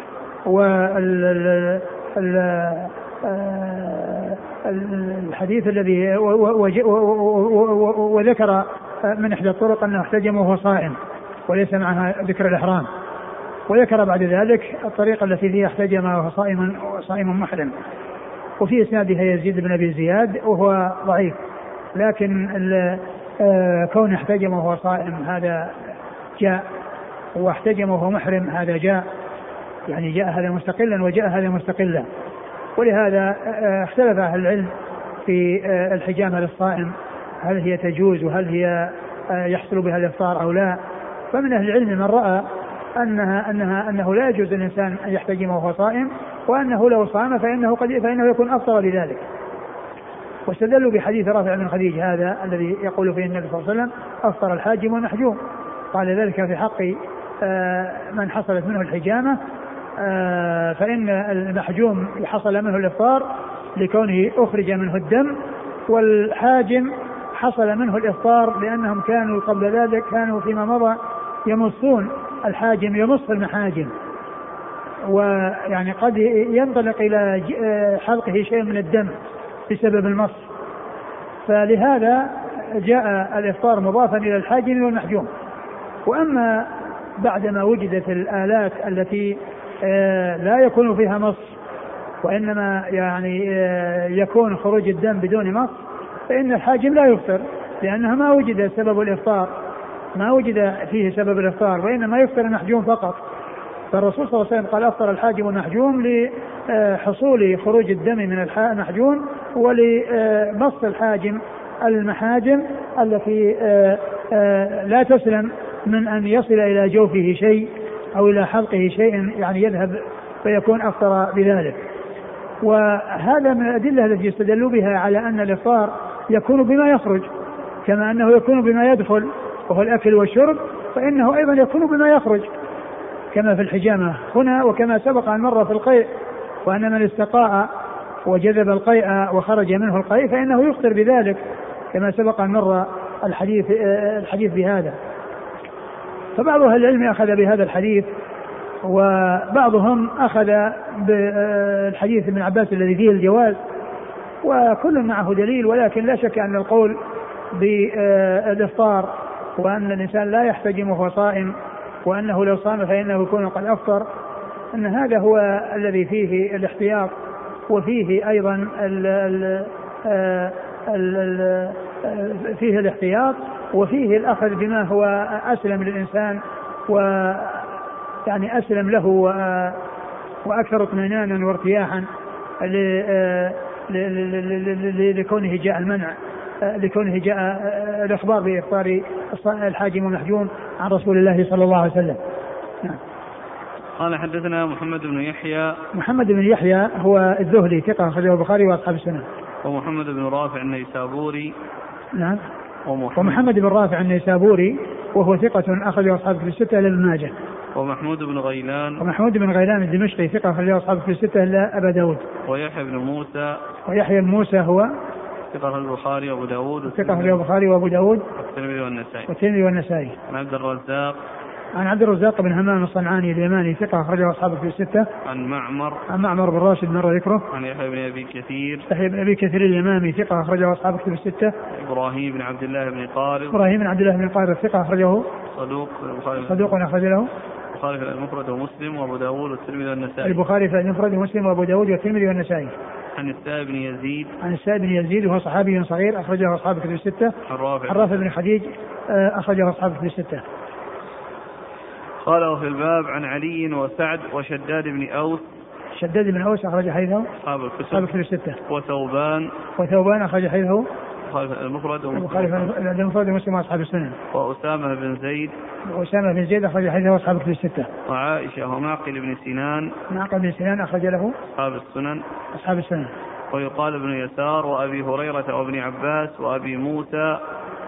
والحديث الذي وذكر من إحدى الطرق أنه احتجم وهو صائم وليس معها ذكر الإحرام، وذكر بعد ذلك الطريقة التي فيها احتجم وهو صائم صائم محرم، وفي إسنادها يزيد بن أبي زياد وهو ضعيف، لكن كون احتجم وهو صائم هذا جاء، واحتجم وهو محرم هذا جاء، يعني جاء هذا مستقلا وجاء هذا مستقلا. ولهذا اختلف أهل العلم في الحجامة للصائم، هل هي تجوز وهل هي يحصل بها الإفطار أو لا. فمن أهل العلم من رأى أنها أنها أنه لا يجوز الإنسان أن يحتجم وهو صائم، وأنه لو صام فإنه قد فإنه يكون أفطر لذلك. واستدلوا بحديث رافع بن خديج هذا الذي يقول فيه النبي صلى الله عليه وسلم أفطر الحاجم والمحجوم، قال ذلك في حق من حصلت منه الحجامة، فإن المحجوم حصل منه الإفطار لكونه أخرج منه الدم، والحاجم حصل منه الإفطار لأنهم كانوا قبل ذلك كانوا فيما مضى يمصون الحاجم، يمص المحاجم، ويعني قد ينطلق إلى حلقه شيء من الدم بسبب المص، فلهذا جاء الإفطار مضافا إلى الحاجم والمحجوم. وأما بعدما وجدت الآلات التي لا يكون فيها مص وإنما يعني يكون خروج الدم بدون مص، فإن الحاجم لا يفطر، لأنها ما وجد سبب الإفطار، ما وجد فيه سبب الإفطار، وإنما يفطر المحجوم فقط. فالرسول صلى الله عليه وسلم قال أفطر الحاجم والمحجوم لحصول خروج الدم من المحجوم ولمص الحاجم المحاجم التي لا تسلم من أن يصل إلى جوفه شيء أو إلى حلقه شيء يعني يذهب فيكون أفطر بذلك. وهذا من الأدلة التي يستدلوا بها على أن الإفطار يكون بما يخرج، كما أنه يكون بما يدخل وهو الأكل والشرب، فإنه أيضا يكون بما يخرج كما في الحجامة هنا، وكما سبق أن مر في القيء، وأن من استقاء وجذب القيء وخرج منه القيء فإنه يفطر بذلك، كما سبق أن مر الحديث الحديث بهذا. فبعض أهل العلم أخذ بهذا الحديث، وبعضهم أخذ بالحديث ابن عباس الذي فيه الجواز، وكل معه دليل، ولكن لا شك أن القول بالإفطار وأن الإنسان لا يحتجم وهو صائم، وأنه لو صام فإنه يكون قد أفطر، أن هذا هو الذي فيه الاحتياط، وفيه أيضا ال ال ال فيه الاحتياط، وفيه الأخذ بما هو أسلم للإنسان ويعني أسلم له وأكثر اطمئنانا وارتياحا لكونه جاء المنع، لكونه جاء الإخبار بإفطار الحاجم والمحجوم عن رسول الله صلى الله عليه وسلم. قال حدثنا محمد بن يحيى. محمد بن يحيى هو الذهلي ثقة أخرجه البخاري وأصحاب السنن. ومحمد بن رافع النيسابوري. نعم. ومحمد, ومحمد بن رافع النيسابوري وهو ثقة أخرجه أصحاب في الستة إلا ابن ماجه. ومحمود بن غيلان. ومحمود بن غيلان الدمشقي ثقة أخرجه أصحاب في الستة إلا أبا داود. ويحيى بن موسى. ويحيى بن موسى هو ثقة البخاري وأبو داود. ثقة أخرجه البخاري وأبو داود. والترمذي والنسائي. والترمذي والنسائي. عن عبد الرزاق. عن عبد الرزاق بن همام الصنعاني اليماني ثقة أخرجه أصحابه في الستة. عن معمر. عن معمر بن راشد مر ذكره. عن يحيى بن أبي كثير. يحيى بن أبي كثير اليمامي ثقة أخرجه أصحابه في الستة. إبراهيم بن عبد الله بن قارب. إبراهيم بن عبد الله بن قارب ثقة أخرجه. صدوق. صدوق أخرج له. البخاري في المفرد ومسلم وأبو داود والترمذي والنسائي. البخاري في المفرد ومسلم وأبو داود والترمذي والنسائي. عن السائب بن يزيد عن السائب بن يزيد وهو صحابي صغير أخرجه أصحاب الكتب الستة. عن رافع عن رافع بن خديج أخرجه أصحاب الكتب الستة. قال وفي الباب عن علي وسعد وشداد بن أوس. شداد بن أوس أخرج حديثه أصحاب أصحاب الكتب الستة. وثوبان وثوبان أخرج حديثه المفرد المفرد ومسلم وأصحاب السنن. وأسامة بن زيد. وأسامة بن زيد أخرج حديثه أصحاب الكتب الستة. وعائشة ومعقل بن سنان. معقل بن سنان أخرج له أصحاب السنن. أصحاب السنن. ويقال ابن يسار وأبي هريرة وابن عباس وأبي موسى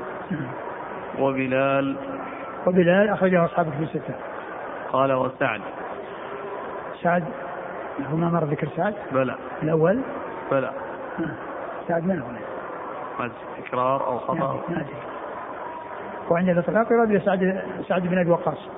وبلال. وبلال أخرجه أصحاب الكتب الستة. قال وسعد. سعد هو ما مر ذكر سعد. بلى. الأول. بلى. سعد من هنا؟ ما تكرار أو خطأ. نعم. وعند الإطلاق يراد سعد سعد بن أبي وقاص.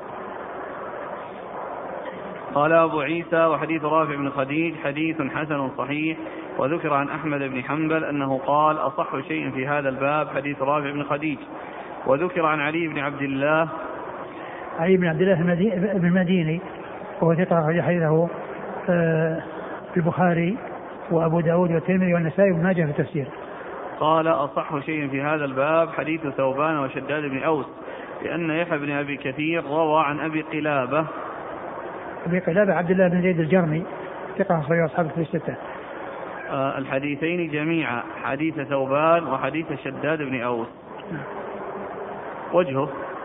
قال أبو عيسى وحديث رافع بن خديج حديث حسن صحيح. وذكر عن أحمد بن حنبل أنه قال أصح شيء في هذا الباب حديث رافع بن خديج. وذكر عن علي بن عبد الله. علي بن عبد الله بن المديني وهو ثقة أخرج حديثه في البخاري وأبو داود والترمذي والنسائي وابن ماجه في التفسير. قال أصح شيء في هذا الباب حديث ثوبان وشداد بن أوس لأن يحيى بن أبي كثير روى عن أبي قلابة. أبي قلابة عبد الله بن زيد الجرمي ثقة أخرج أصحاب الكتب الستة. آه الحديثين جميعا حديث ثوبان وحديث شداد بن أوس. وجهه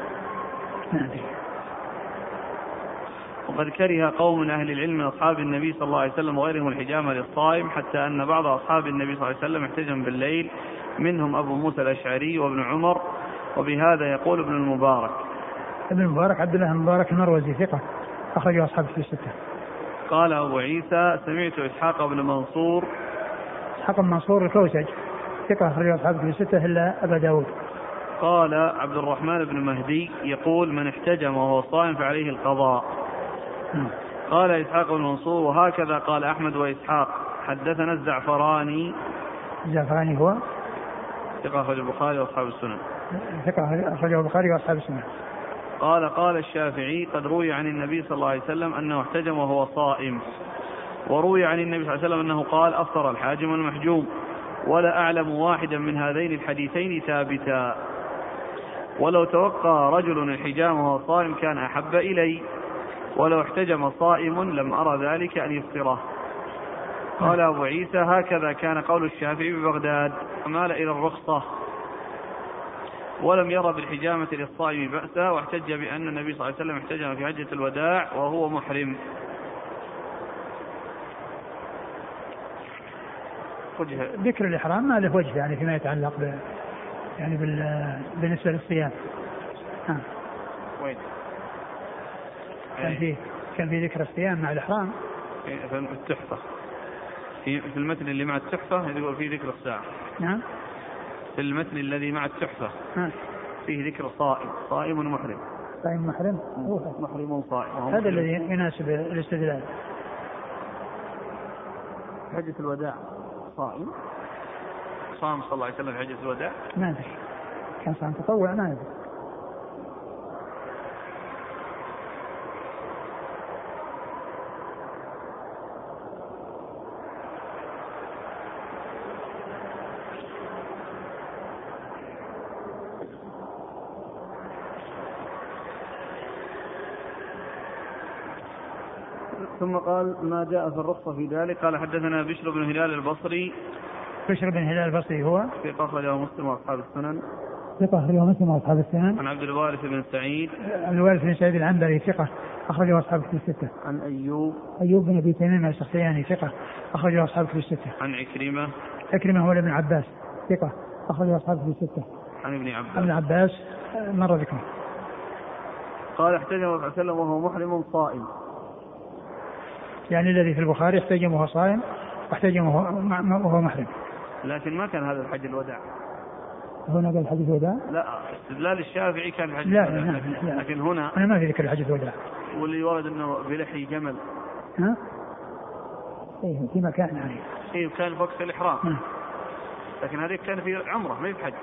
وقد كره قوم من أهل العلم من أصحاب النبي صلى الله عليه وسلم وغيرهم الحجامة للصائم حتى أن بعض أصحاب النبي صلى الله عليه وسلم احتجم بالليل منهم أبو موسى الأشعري وابن عمر. وبهذا يقول ابن المبارك. ابن المبارك عبد الله المبارك المروزي ثقة أخرجه أصحاب الكتب الستة. قال أبو عيسى سمعت إسحاق بن منصور. إسحاق بن منصور الكوسج ثقة أخرجه أصحاب الكتب الستة إلا أبا داود. قال عبد الرحمن بن مهدي يقول من احتجم وهو صائم فعليه القضاء. قال إسحاق بن منصور وهكذا قال أحمد وإسحاق. حدثنا الزعفراني. الزعفراني هو ثقة أخرج البخاري وأصحاب السنن. ثقة أخرجه البخاري وأصحاب السنن. قال قال الشافعي قد روي عن النبي صلى الله عليه وسلم أنه احتجم وهو صائم. وروي عن النبي صلى الله عليه وسلم أنه قال أفطر الحاجم المحجوم. ولا أعلم واحدا من هذين الحديثين ثابتا. ولو توقع رجل الحجام وهو صائم كان أحب إلي. ولو احتجم صائم لم أرى ذلك أن يفطره. قال أبو عيسى هكذا كان قول الشافعي ببغداد فمال إلى الرخصة ولم يرى بالحجامة للصائم بأسا. واحتج بأن النبي صلى الله عليه وسلم احتجم في حجة الوداع وهو محرم. ذكر الإحرام ما له وجه يعني فيما يتعلق ب يعني بال بالنسبة للصيام. ها. وين؟ كان في كان في ذكر الصيام مع الإحرام في التحفة في في المتن اللي مع التحفة يقول فيه ذكر الساعة. نعم. في المتن الذي مع التحفة ها. فيه ذكر صائم صائم محرم. صائم محرم محرم صائم. هذا الذي يناسب الاستدلال. حجة الوداع صائم صام صلى الله عليه وسلم في حجة الوداع. ما أدري كان صام تطوع ما أدري. ثم قال ما جاء في الرخصة في ذلك. قال حدثنا بشر بن هلال البصري. بشر بن هلال البصري هو ثقة أخرجه مسلم وأصحاب السنن. ثقة أخرجه مسلم وأصحاب السنن. عن عبد الوارث بن سعيد. عن الوارث بن سعيد العنبري ثقة أخرجه أصحاب الكتب الستة. عن أيوب. أيوب بن أبي تميم السختياني ثقة أخرجه أصحاب الكتب الستة. عن عكرمة. عكرمة هو ابن عباس ثقة أخرجه أصحاب الكتب الستة. عن ابن عباس. ابن عباس مر ذكره. قال احتجم صلى الله عليه وسلم وهو محرم صائم. يعني الذي في البخاري احتجم وهو صائم واحتجم وهو محرم. لكن ما كان هذا الحج الوداع. هنا قال حديث الوداع؟ لا استدلال الشافعي كان في حج لا الوداع. لا لا لا. لكن هنا أنا ما في ذكر حديث الوداع. واللي ورد انه بلحي جمل. ها؟ ايه في مكان يعني. ايه كان في وقت الإحرام. ها. لكن هذه كان في عمره ما في حج.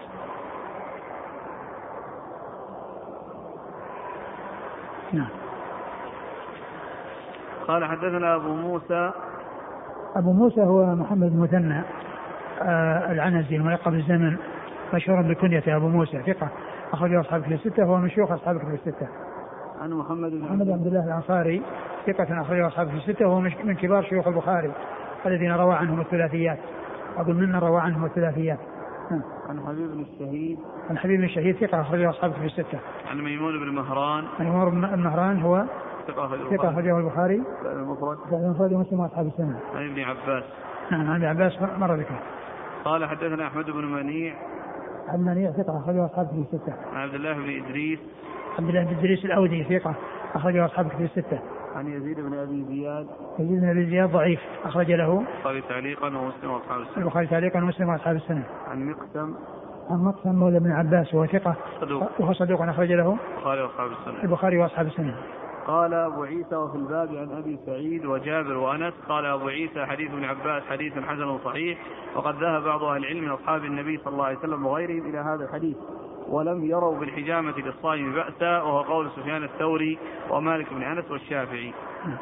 نعم. قال حدثنا أبو موسى أبو موسى هو محمد بن مثنى آه العنزي الملقب بالزمن، مشهور بكنية أبو موسى، ثقة أخرجه أصحاب الكتب الستة، وهو من شيوخ أصحاب الكتب الستة. عن محمد بن محمد بن عبد الله الأنصاري ثقة أخرجه أصحاب الكتب الستة، وهو من كبار شيوخ البخاري الذين روى عنهم الثلاثيات، أظن من روى عنهم الثلاثيات. عن حبيب بن الشهيد عن حبيب بن الشهيد ثقة أخرجه أصحاب الكتب الستة. عن ميمون بن مهران ميمون بن مهران هو ثقة أخرجه البخاري المفرد المفرد ومسلم وأصحاب السنة. عن ابن عباس. نعم عن ابن عباس مر ذكره. قال حدثنا أحمد بن منيع عن منيع ثقة أخرجه أصحاب الكتب الستة. عن عبد الله بن إدريس عبد الله بن إدريس الأودي ثقة أخرجه أصحاب الكتب الستة. عن يزيد بن أبي زياد يزيد بن أبي زياد ضعيف أخرج له البخاري تعليقا ومسلم وأصحاب السنة. البخاري تعليقا ومسلم وأصحاب السنة. عن مقسم عن مقسم مولى بن عباس وهو ثقة وهو صدوق أخرج له البخاري وأصحاب السنة. البخاري وأصحاب السنة. قال أبو عيسى وفي الباب عن أبي سعيد وجابر وأنس. قال أبو عيسى حديث ابن عباس حديث حسن صحيح، وقد ذهب بعض أهل العلم من أصحاب النبي صلى الله عليه وسلم وغيرهم إلى هذا الحديث، ولم يروا بالحجامة للصائم بأسا، وهو قول سفيان الثوري ومالك بن أنس والشافعي.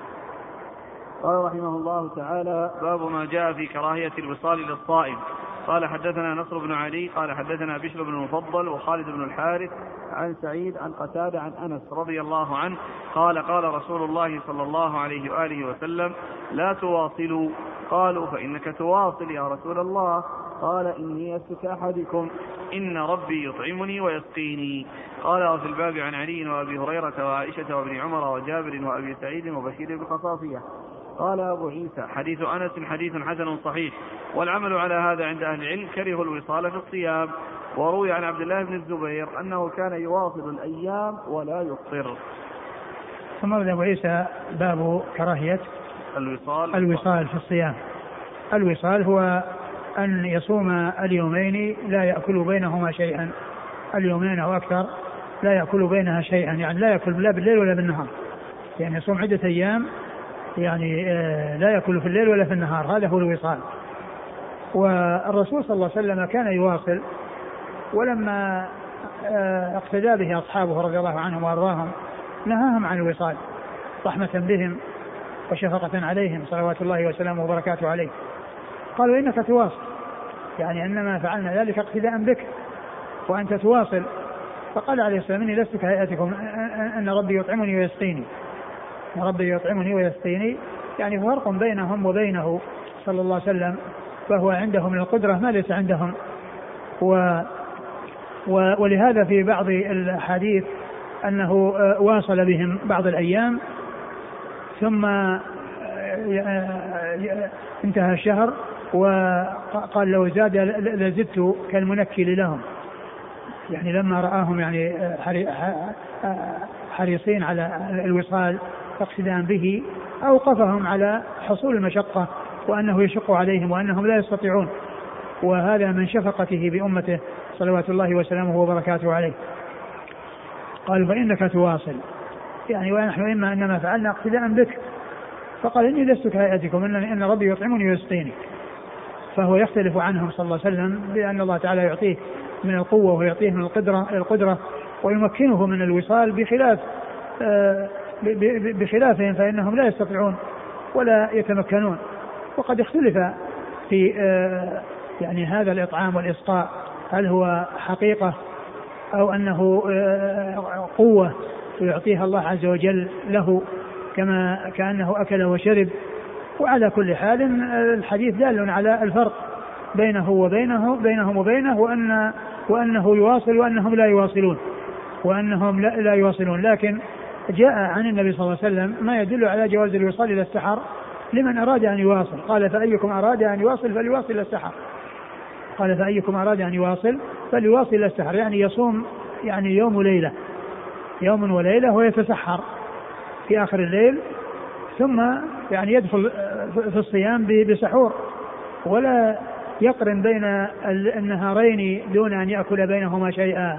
قال رحمه الله تعالى: باب ما جاء في كراهية الوصال للصائم. قال حدثنا نصر بن علي قال حدثنا بشر بن المفضل وخالد بن الحارث عن سعيد عن قتادة عن أنس رضي الله عنه قال: قال رسول الله صلى الله عليه وآله وسلم: لا تواصلوا. قالوا: فإنك تواصل يا رسول الله. قال: إني أسك أحدكم إن ربي يطعمني ويسقيني. قال: وفي الباب عن علي وأبي هريرة وعائشة وابن عمر وجابر وأبي سعيد وبشير بن خصاصية. قال أبو عيسى: حديث أنس حديث حسن صحيح، والعمل على هذا عند أهل العلم كره الوصال في الصيام. وروي عن عبد الله بن الزبير أنه كان يواصل الأيام ولا يفطر. ثم أبو عيسى باب كراهية الوصال الوصال في الصيام. الوصال هو أن يصوم اليومين لا يأكل بينهما شيئا، اليومين أو أكثر لا يأكل بينها شيئا، يعني لا يأكل لا بالليل ولا بالنهار، يعني يصوم عدة أيام يعني لا يأكل في الليل ولا في النهار، هذا هو الوصال. والرسول صلى الله عليه وسلم كان يواصل، ولما اقتدى به أصحابه رضي الله عنهم وأرضاهم نهاهم عن الوصال رحمة بهم وشفقة عليهم صلوات الله وسلامه وبركاته عليه. قالوا: إنك تواصل، يعني إنما فعلنا ذلك اقتداء بك وأنت تواصل. فقال عليه السلام: إني لست كهيئتكم أن ربي يطعمني ويسقيني، أن ربي يطعمني ويسقيني، يعني فرق بينهم وبينه صلى الله عليه وسلم، فهو عنده من القدرة ما ليس عندهم. و ولهذا في بعض الحديث أنه واصل بهم بعض الأيام ثم انتهى الشهر وقال: لو زاد لزدت كالمنكل لهم، يعني لما رآهم يعني حريصين على الوصال اقتداء به أوقفهم على حصول المشقة وأنه يشق عليهم وأنهم لا يستطيعون، وهذا من شفقته بأمته صلوات الله وسلامه وبركاته عليه. قال: فإنك تواصل، يعني ونحن إما إنما فعلنا اقتداء بك. فقال: إني لست كهيئتكم إن ربي يطعمني ويسقيني. فهو يختلف عنهم صلى الله عليه وسلم بأن الله تعالى يعطيه من القوة ويعطيه من القدرة القدرة ويمكنه من الوصال بخلاف بخلافهم فإنهم لا يستطيعون ولا يتمكنون. وقد اختلف في يعني هذا الإطعام والإسقاء، هل هو حقيقة أو أنه قوة يعطيها الله عز وجل له كما كأنه أكل وشرب. وعلى كل حال الحديث دال على الفرق بينه وبينه بينهم وبينه وأن وأنه يواصل وأنهم لا يواصلون وأنهم لا, لا يواصلون. لكن جاء عن النبي صلى الله عليه وسلم ما يدل على جواز الوصال إلى السحر لمن أراد أن يواصل. قال: فأيكم أراد أن يواصل فليواصل إلى السحر. قال: فأيكم أراد أن يواصل فليواصل إلى السحر، يعني يصوم يعني يوم وليلة يوم وليلة ويتسحر في آخر الليل، ثم يعني يدخل في الصيام بسحور، ولا يقرن بين النهارين دون أن يأكل بينهما شيئا.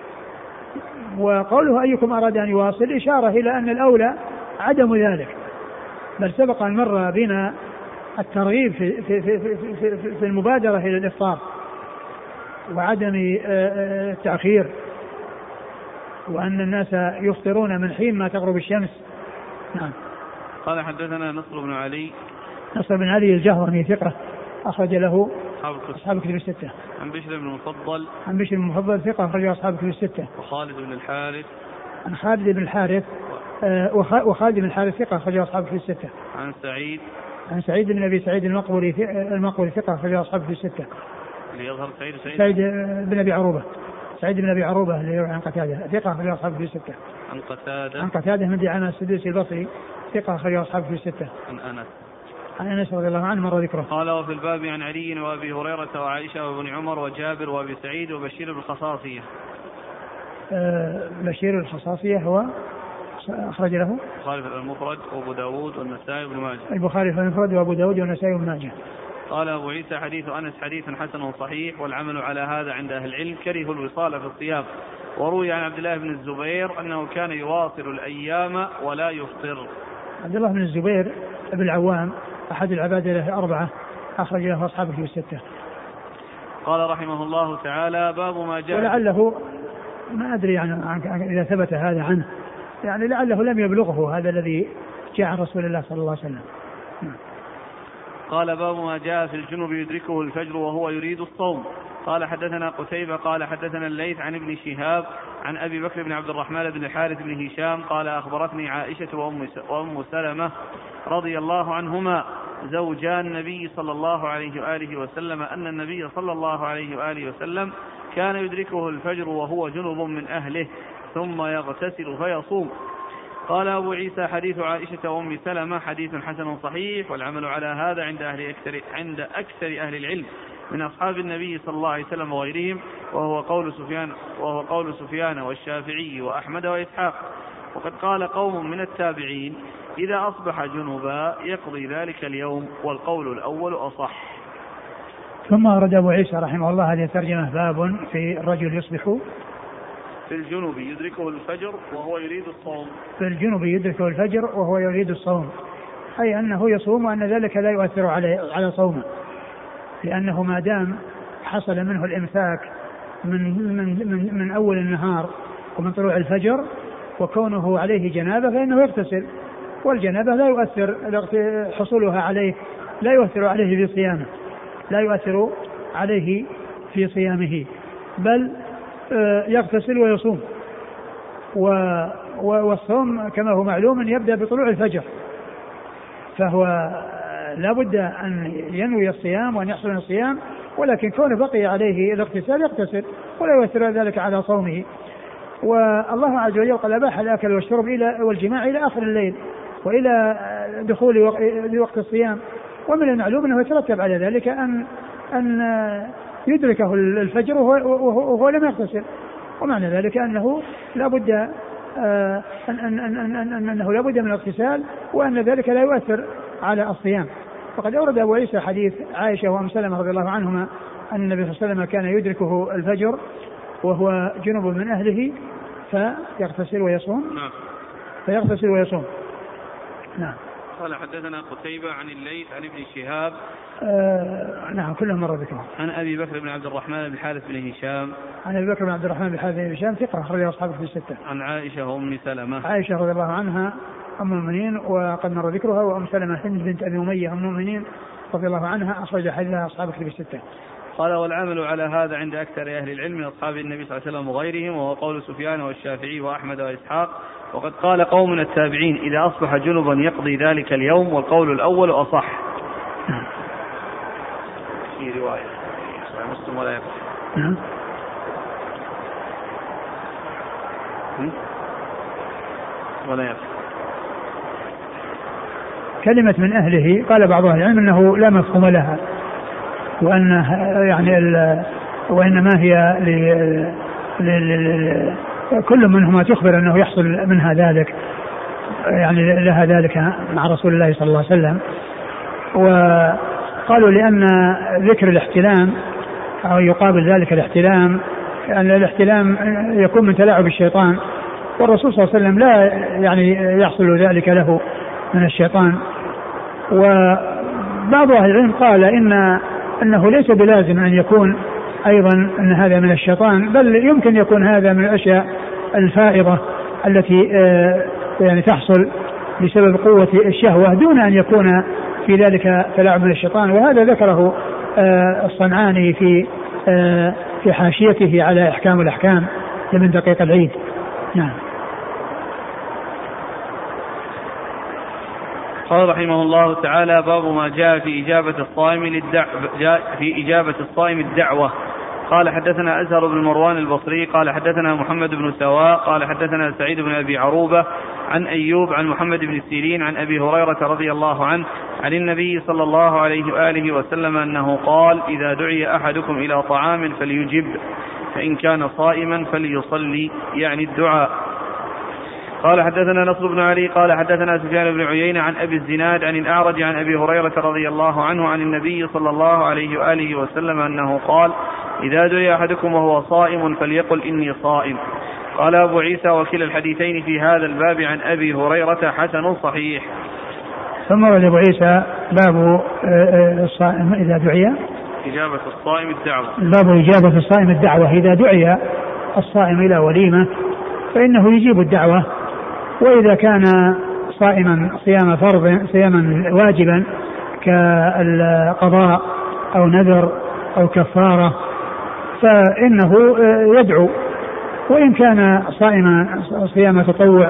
وقوله: أيكم أراد أن يواصل إشارة إلى أن الأولى عدم ذلك، بل سبق أن مر بنا الترغيب في, في, في, في, في, في المبادرة إلى الإفطار وعدم التأخير، وأن الناس يفطرون من حين ما تغرب الشمس. نعم. قال: حدثنا نصر بن علي نصر بن علي الجهضمي ثقة أخرج له أصحاب الكتب الستة. عن بشر بن المفضل عن بشر بن المفضل ثقة أخرج له أصحاب الكتب الستة. وخالد بن الحارث عن خالد بن الحارث آه وخالد بن الحارث ثقة أخرج له أصحاب الكتب الستة. عن سعيد عن سعيد بن أبي سعيد المقبري المقبري ثقة أخرج له أصحاب الكتب الستة. اللي يظهر سعيد سعيد, سعيد بن أبي عروبة سعيد بن أبي عروبة اللي عن قتادة ثقة أخرج له أصحاب الكتب الستة. عن قتادة عن قتادة من دعامة السدوسي البصري ثقة أخرج له أصحاب الكتب الستة. عن أنس عن أنس رضي الله عنه مر ذكره. قال وفي الباب عن علي وأبي هريرة وعائشة وابن عمر وجابر وأبي سعيد وبشير بالخصاصية. أه بشير الخصاصية هو أخرج له البخاري في المفرد وأبو داود والنسائي وابن ماجه. البخاري في المفرد وأبو داود والنسائي وابن ماجه. قال أبو عيسى حديث أنس حديث حسن صحيح والعمل على هذا عند أهل العلم كره الوصال في الصيام. وروي عن عبد الله بن الزبير أنه كان يواصل الأيام ولا يفطر. عبد الله بن الزبير ابن العوام أحد العبادة الأربعة أخرج له أصحابه في الستة. قال رحمه الله تعالى باب ما جاء ولعله ما أدري عن, عن إذا ثبت هذا عنه يعني لعله لم يبلغه هذا الذي جاء عن رسول الله صلى الله عليه وسلم. قال باب ما جاء في الجنب يدركه الفجر وهو يريد الصوم. قال حدثنا قتيبة قال حدثنا الليث عن ابن شهاب عن أبي بكر بن عبد الرحمن بن الحارث بن هشام قال أخبرتني عائشة وأم سلمة رضي الله عنهما زوجا النبي صلى الله عليه وآله وسلم أن النبي صلى الله عليه وآله وسلم كان يدركه الفجر وهو جنب من أهله ثم يغتسل فيصوم. قال أبو عيسى حديث عائشة وأم سلمة حديث حسن صحيح والعمل على هذا عند أهل أكثر, عند أكثر أهل العلم من أصحاب النبي صلى الله عليه وسلم وغيرهم وهو قول سفيان وهو قول سفيان والشافعي وأحمد وإسحاق. وقد قال قوم من التابعين إذا أصبح جنبا يقضي ذلك اليوم والقول الأول أصح. ثم أرد أبو عيسى رحمه الله هذه الترجمة باب في الرجل يصبح في الجنوب يدركه الفجر وهو يريد الصوم. في الجنوب يدركه الفجر وهو يريد الصوم أي أنه يصوم وأن ذلك لا يؤثر على على صومه لأنه ما دام حصل منه الإمساك من من من, من أول النهار ومن طلوع الفجر وكونه عليه جنابة فإنه يغتسل والجنابة لا يؤثر حصولها عليه لا يؤثر عليه في صيامه لا يؤثر عليه في صيامه بل يغتسل ويصوم. والصوم كما هو معلوم يبدأ بطلوع الفجر فهو لا بد أن ينوي الصيام وأن يحصل الصيام ولكن كونه بقي عليه الاغتسال يغتسل ولا يؤثر ذلك على صومه. والله عز وجل قال أباح الأكل والشرب إلى والجماع إلى آخر الليل وإلى دخول وقت الصيام ومن المعلوم أنه يترتب على ذلك أن أن يدركه الفجر وهو لم يغتسل ومعنى ذلك أنه لا بد أن أن أن أن أنه لا بد من الاغتسال وأن ذلك لا يؤثر على الصيام. فقد أورد أبو عيسى حديث عائشة وأم سلمة رضي الله عنهما أن النبي صلى الله عليه وسلم كان يدركه الفجر وهو جنب من أهله فيغتسل ويصوم. نعم. فيغتسل ويصوم. نعم. قال حدثنا قتيبة عن الليث عن ابن شهاب. آه نعم كلهم مرة ذكره. عن أبي بكر بن عبد الرحمن بن الحارث بن هشام. عن أبي بكر بن عبد الرحمن بن الحارث بن هشام ثقة أخرج أصحابه في الستة. عن عائشة وأم سلمة. عائشة رضي الله عنها أم المؤمنين وقد مر ذكرها وأم سلمة هند بنت أبي أمية أم المؤمنين رضي الله عنها أخرج حديثها أصحابه في الستة. قال والعمل على هذا عند أكثر أهل العلم من أصحاب النبي صلى الله عليه وسلم وغيرهم وهو قول سفيان والشافعي وأحمد وإسحاق. وقد قال قوم من التابعين إذا أصبح جنبا يقضي ذلك اليوم والقول الأول أصح. في رواية مسلم ولا يقضي ولا يقضي. كلمة من أهله قال بعض أهل العلم أنه لا مفهوم لها وأن يعني وإنما هي ل ل كل منهما تخبر أنه يحصل منها ذلك يعني لها ذلك مع رسول الله صلى الله عليه وسلم. وقالوا لأن ذكر الاحتلام أو يقابل ذلك الاحتلام أن الاحتلام يكون من تلاعب الشيطان والرسول صلى الله عليه وسلم لا يعني يحصل ذلك له من الشيطان. وبعض أهل العلم قال إن أنه ليس بلازم أن يكون أيضا أن هذا من الشيطان بل يمكن يكون هذا من الأشياء الفائضة التي يعني تحصل بسبب قوة الشهوة دون أن يكون في ذلك تلاعب الشيطان. وهذا ذكره الصنعاني في في حاشيته على إحكام الأحكام لمن دقيق العيد. نعم. قال رحمه الله تعالى: باب ما جاء في إجابة الصائم للدع... جاء في إجابة الصائم الدعوة. قال حدثنا أزهر بن مروان البصري قال حدثنا محمد بن سواء قال حدثنا سعيد بن أبي عروبة عن أيوب عن محمد بن سيرين عن أبي هريرة رضي الله عنه عن النبي صلى الله عليه وآله وسلم أنه قال: إذا دعي أحدكم إلى طعام فليجب، فإن كان صائما فليصلي، يعني الدعاء. قال حدثنا نصر بن علي قال حدثنا سفيان بن عيينة عن أبي الزناد عن الأعرج عن أبي هريرة رضي الله عنه عن النبي صلى الله عليه وآله وسلم أنه قال: إذا دعي أحدكم وهو صائم فليقل إني صائم. قال أبو عيسى: وكلا الحديثين في هذا الباب عن أبي هريرة حسن صحيح. ثم ورد أبو عيسى باب الصائم إذا دعي إجابة الصائم الدعوة. باب إجابة الصائم الدعوة. إذا دعي الصائم إلى وليمة فإنه يجيب الدعوة، وإذا كان صائما صيام فرض صياما واجبا كالقضاء أو نذر أو كفارة فإنه يدعو، وإن كان صائما صيام تطوع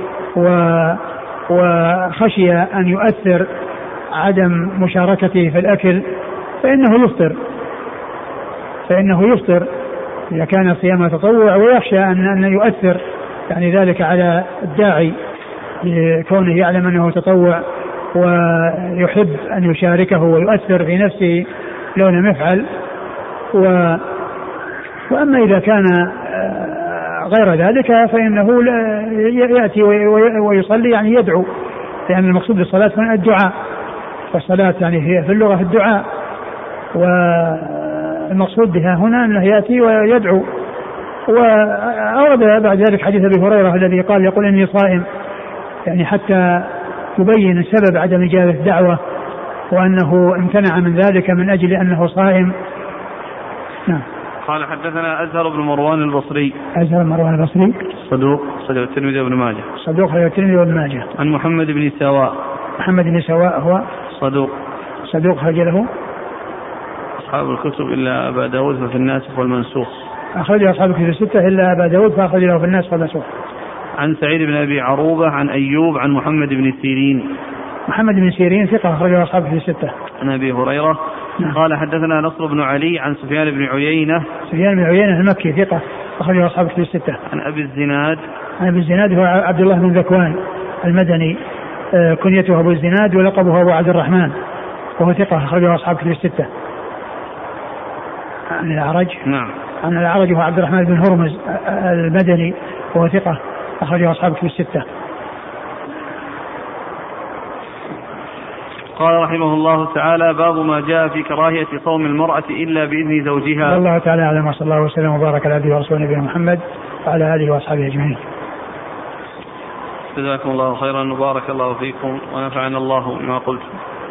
وخشي أن يؤثر عدم مشاركته في الأكل فإنه يفطر فإنه يفطر إذا كان صيام تطوع ويخشى أن يؤثر يعني ذلك على الداعي لكونه يعلم أنه تطوع ويحب أن يشاركه ويؤثر في نفسه لو لم يفعل. و وأما إذا كان غير ذلك فإنه يأتي ويصلي يعني يدعو، لأن المقصود بالصلاة هنا الدعاء، والصلاة يعني هي في اللغة الدعاء، والمقصود بها هنا أنه يأتي ويدعو. وأورد بعد ذلك حديث أبي هريرة الذي قال يقول إني صائم، يعني حتى يبين سبب عدم إجابة الدعوة وأنه امتنع من ذلك من أجل أنه صائم. نعم. قال حدثنا أزهر بن مروان البصري. أزهر بن مروان البصري صدوق صدوق الترمذي وابن ماجه. صدوق صدوق الترمذي وابن ماجه. عن محمد بن سواء. محمد بن سواء هو صدوق صدوق خرج له أصحاب الكتب إلا أبا داود ففي الناسخ والمنسوخ. أخرج أصحاب الكتب الستة إلا أبا داود فأخرج له في الناسخ والمنسوخ. عن سعيد بن أبي عروبة عن أيوب عن محمد بن سيرين. محمد بن سيرين ثقة أخرجه أصحاب الكتب الستة. عن أبي هريرة. نعم. قال حدثنا نصر بن علي عن سفيان بن عيينة. سفيان بن عيينة المكي ثقة أخرجه أصحاب الكتب الستة. عن أبي الزناد. عن أبي الزناد هو عبد الله بن ذكوان المدني، كنيته أبو الزناد ولقبه أبو عبد الرحمن، وهو ثقة أخرجه أصحاب الكتب الستة. عن الأعرج. نعم. عن الأعرج هو عبد الرحمن بن هرمز المدني، وهو ثقة أخرجه أصحاب الكتب الستة. قال رحمه الله تعالى: باب ما جاء في كراهية صوم المرأة إلا بإذن زوجها. الله تعالى أعلم، وصلى الله وسلم وبارك على عبده ورسوله نبينا محمد وعلى آله وأصحابه أجمعين. جزاكم الله خيرا وبارك الله فيكم ونفعنا الله بما قلتم.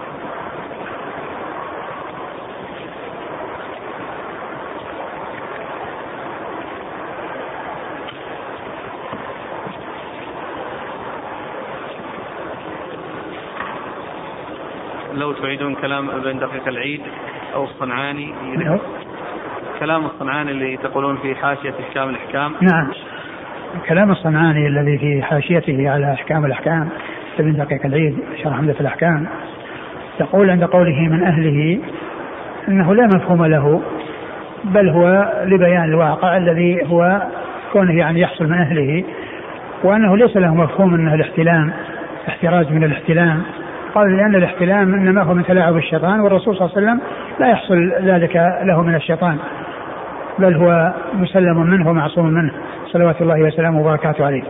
لو تعيدون كلام ابن دقيق العيد أو الصنعاني. نعم. كلام الصنعاني اللي تقولون في حاشية أحكام الأحكام. نعم. كلام الصنعاني الذي في حاشيته على أحكام الأحكام ابن دقيق العيد شرح عمدة الأحكام يقول عند قوله من أهله إنه لا مفهوم له، بل هو لبيان الواقع الذي هو كونه يعني يحصل من أهله، وأنه ليس له مفهوم أنه الاحتلام احتراز من الاحتلام. قال لأن الاحتلام إنما هو من تلاعب الشيطان، والرسول صلى الله عليه وسلم لا يحصل ذلك له من الشيطان، بل هو مسلم منه ومعصوم منه صلوات الله وسلامه وبركاته عليه.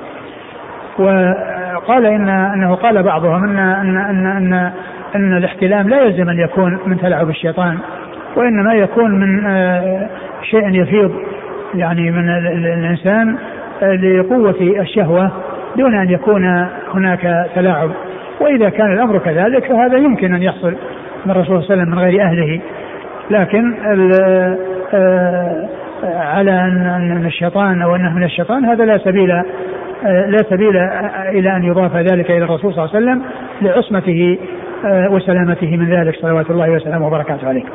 وقال إن أنه قال بعضهم أن أن أن أن, أن الاحتلام لا يلزم أن يكون من تلاعب الشيطان، وإنما يكون من شيء يفيض يعني من الإنسان لقوة الشهوة دون أن يكون هناك تلاعب. وإذا كان الأمر كذلك فهذا يمكن أن يحصل من الرسول صلى الله عليه وسلم من غير أهله، لكن على أن الشيطان أو أنه من الشيطان هذا لا سبيل لا سبيل إلى أن يضاف ذلك إلى الرسول صلى الله عليه وسلم لعصمته وسلامته من ذلك صلوات الله وسلامه وبركاته عليه.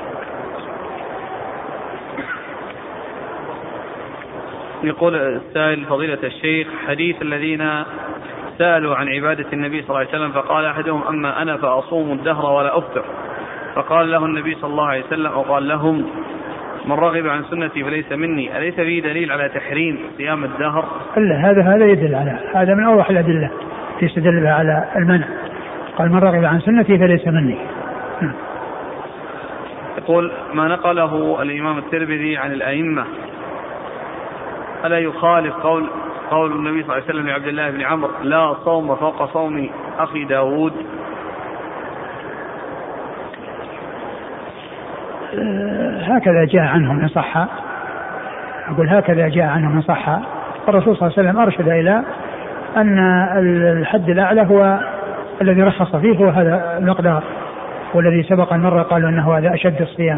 يقول السائل فضيلة الشيخ: حديث الذين سألوا عن عبادة النبي صلى الله عليه وسلم فقال أحدهم: أما أنا فأصوم الدهر ولا أفطر، فقال له النبي صلى الله عليه وسلم وقال لهم: من رغب عن سنتي فليس مني، أليس فيه دليل على تحريم صيام الدهر؟ لا، هذا هذا يدل على هذا من أوضح الأدلة تستدل بها على المنع. قال: من رغب عن سنتي فليس مني. يقول: ما نقله الإمام الترمذي عن الأئمة ألا يخالف قول قول النبي صلى الله عليه وسلم لعبد الله بن عمرو: لا صوم فوق صوم أخي داود؟ هكذا جاء عنهم إن صح. أقول هكذا جاء عنهم إن صح. الرسول صلى الله عليه وسلم أرشد إلى أن الحد الأعلى هو الذي رخص فيه هو هذا المقدار، والذي سبق المرة قالوا أنه هذا أشد الصيام.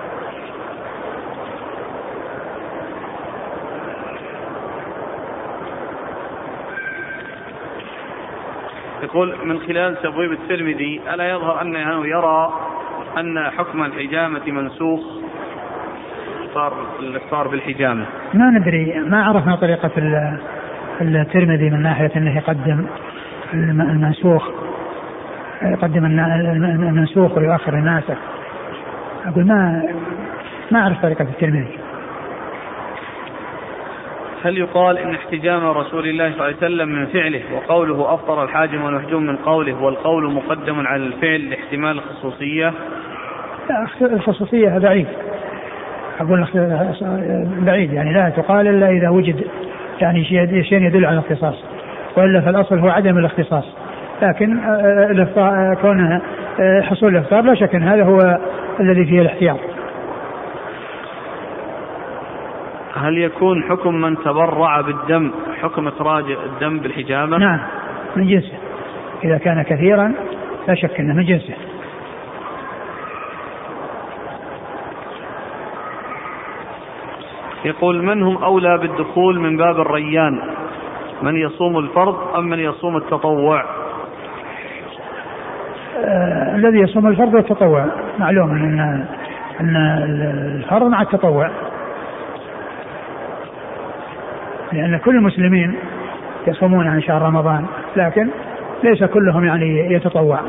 يقول: من خلال تبويب الترمذي ألا يظهر أنه يرى أن حكم الحجامة منسوخ؟ صار الإفطار بالحجامة. ما ندري، ما عرفنا طريقة الترمذي من ناحية أنه يقدم المنسوخ يقدم المنسوخ ويؤخر الناسخ. أقول ما ما أعرف طريقة الترمذي. هل يقال إن احتجام رسول الله صلى الله عليه وسلم من فعله وقوله أفطر الحاجم والمحجوم من قوله، والقول مقدم على الفعل لاحتمال الخصوصية؟ الخصوصية بعيد، أقول بعيد، يعني لا تقال إلا إذا وجد يعني شيء يدل على الاختصاص، وإلا فالأصل هو عدم الاختصاص. لكن كون حصول الإفطار لا شك أن هذا هو الذي فيه الاحتياط. هل يكون حكم من تبرع بالدم حكم إخراج الدم بالحجامة؟ نعم، من جنسه، إذا كان كثيرا لا شك أنه من جنسه. يقول: من هم أولى بالدخول من باب الريان، من يصوم الفرض أم من يصوم التطوع؟ آه الذي يصوم الفرض والتطوع، معلوم أن أن الفرض مع التطوع، لأن كل المسلمين يصومون عن شهر رمضان، لكن ليس كلهم يعني يتطوع.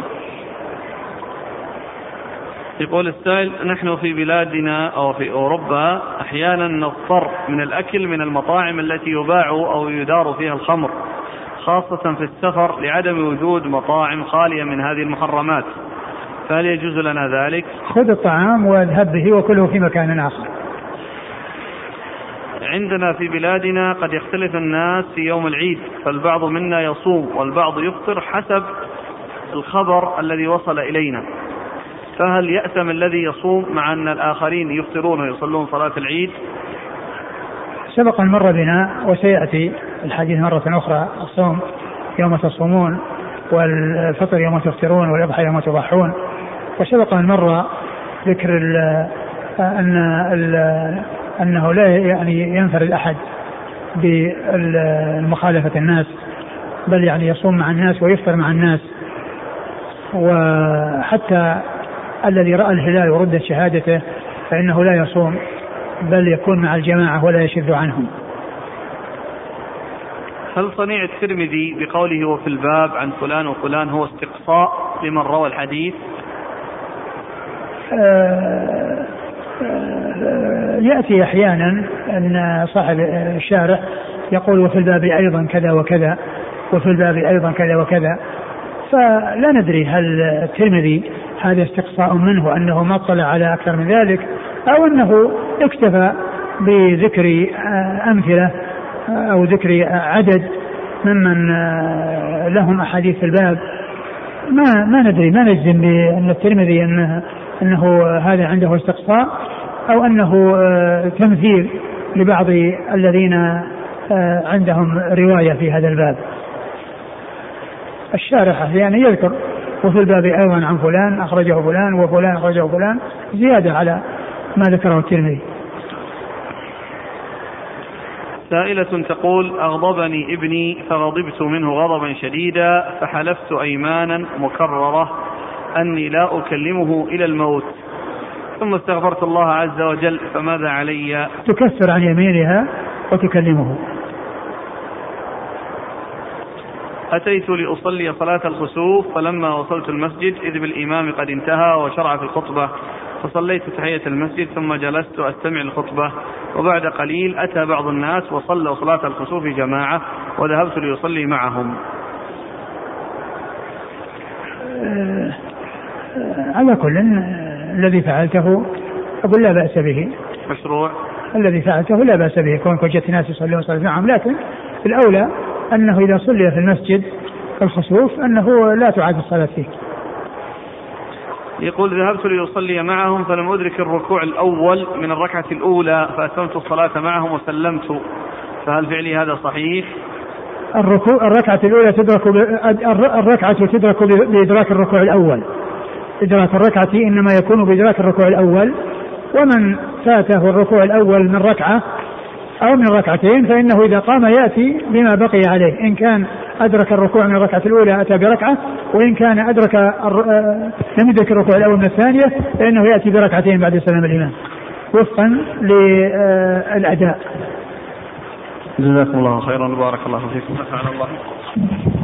يقول السائل: نحن في بلادنا أو في أوروبا أحيانا نضطر من الأكل من المطاعم التي يباع أو يدار فيها الخمر، خاصة في السفر لعدم وجود مطاعم خالية من هذه المحرمات، فهل يجوز لنا ذلك؟ خذ الطعام واذهب به وكله في مكان آخر. عندنا في بلادنا قد يختلف الناس في يوم العيد، فالبعض منا يصوم والبعض يفطر حسب الخبر الذي وصل إلينا، فهل يأثم الذي يصوم مع أن الآخرين يفطرون ويصلون صلاة العيد؟ سبق المرة بنا وسيأتي الحديث مرة أخرى: الصوم يوم تصومون والفطر يوم تفطرون والأضحى يوم تضحون. وسبق المرة ذكر ال أن ال أنه لا يعني ينفرد أحد بمخالفة الناس، بل يعني يصوم مع الناس ويفطر مع الناس، وحتى الذي رأى الهلال ورد شهادته فإنه لا يصوم بل يكون مع الجماعة ولا يشذ عنهم. هل صنيع الترمذي بقوله وفي الباب عن فلان وفلان هو استقصاء لمن روى الحديث؟ آه آه يأتي أحيانا أن صاحب الشارح يقول وفي الباب أيضا كذا وكذا وفي الباب أيضا كذا وكذا، فلا ندري هل الترمذي هذا استقصاء منه أنه ما اطلع على أكثر من ذلك، أو أنه اكتفى بذكر أمثلة أو ذكر عدد ممن لهم أحاديث في الباب. ما ما ندري، ما نجزم بأن الترمذي أنه, أنه هذا عنده استقصاء أو أنه تمثيل لبعض الذين عندهم رواية في هذا الباب. الشارح يعني يذكر وفي الباب أيضا عن فلان أخرجه فلان وفلان أخرجه فلان زيادة على ما ذكره الترمذي. سائلة تقول: أغضبني ابني فغضبت منه غضبا شديدا فحلفت أيمانا مكررة أني لا أكلمه إلى الموت، ثم استغفرت الله عز وجل، فماذا علي؟ تكفر عن يمينها وتكلمه. أتيت لأصلي صلاة الخسوف، فلما وصلت المسجد إذ بالإمام قد انتهى وشرع في الخطبة، فصليت تحية المسجد ثم جلست أستمع الخطبة، وبعد قليل أتى بعض الناس وصلوا صلاة الخسوف جماعة وذهبت ليصلي معهم. أه على كل الذي فعلته أقول لا بأس به، مشروع الذي فعلته لا بأس به، كونك وجدت ناس يصلون صلاة معهم، لكن الأولى أنه إذا صلي في المسجد الخسوف أنه لا تعاد الصلاة فيه. يقول ذهبت ليصلي معهم فلم أدرك الركوع الأول من الركعة الأولى فأتممت الصلاة معهم وسلمت، فهل فعلي هذا صحيح؟ الركوع الركعة الأولى تدرك الركعة تدرك بإدراك الركوع الأول، إدراك الركعة إنما يكون بإدراك الركوع الأول، ومن فاته الركوع الأول من ركعة أو من ركعتين فإنه إذا قام يأتي بما بقي عليه، إن كان أدرك الركوع من الركعة الأولى أتى بركعة، وإن كان أدرك لم يدرك الركوع الأول من الثانية فإنه يأتي بركعتين بعد سلام الإمام وفقا للأداء. جزاكم الله خيرا، بارك الله فيكم، نفعنا الله.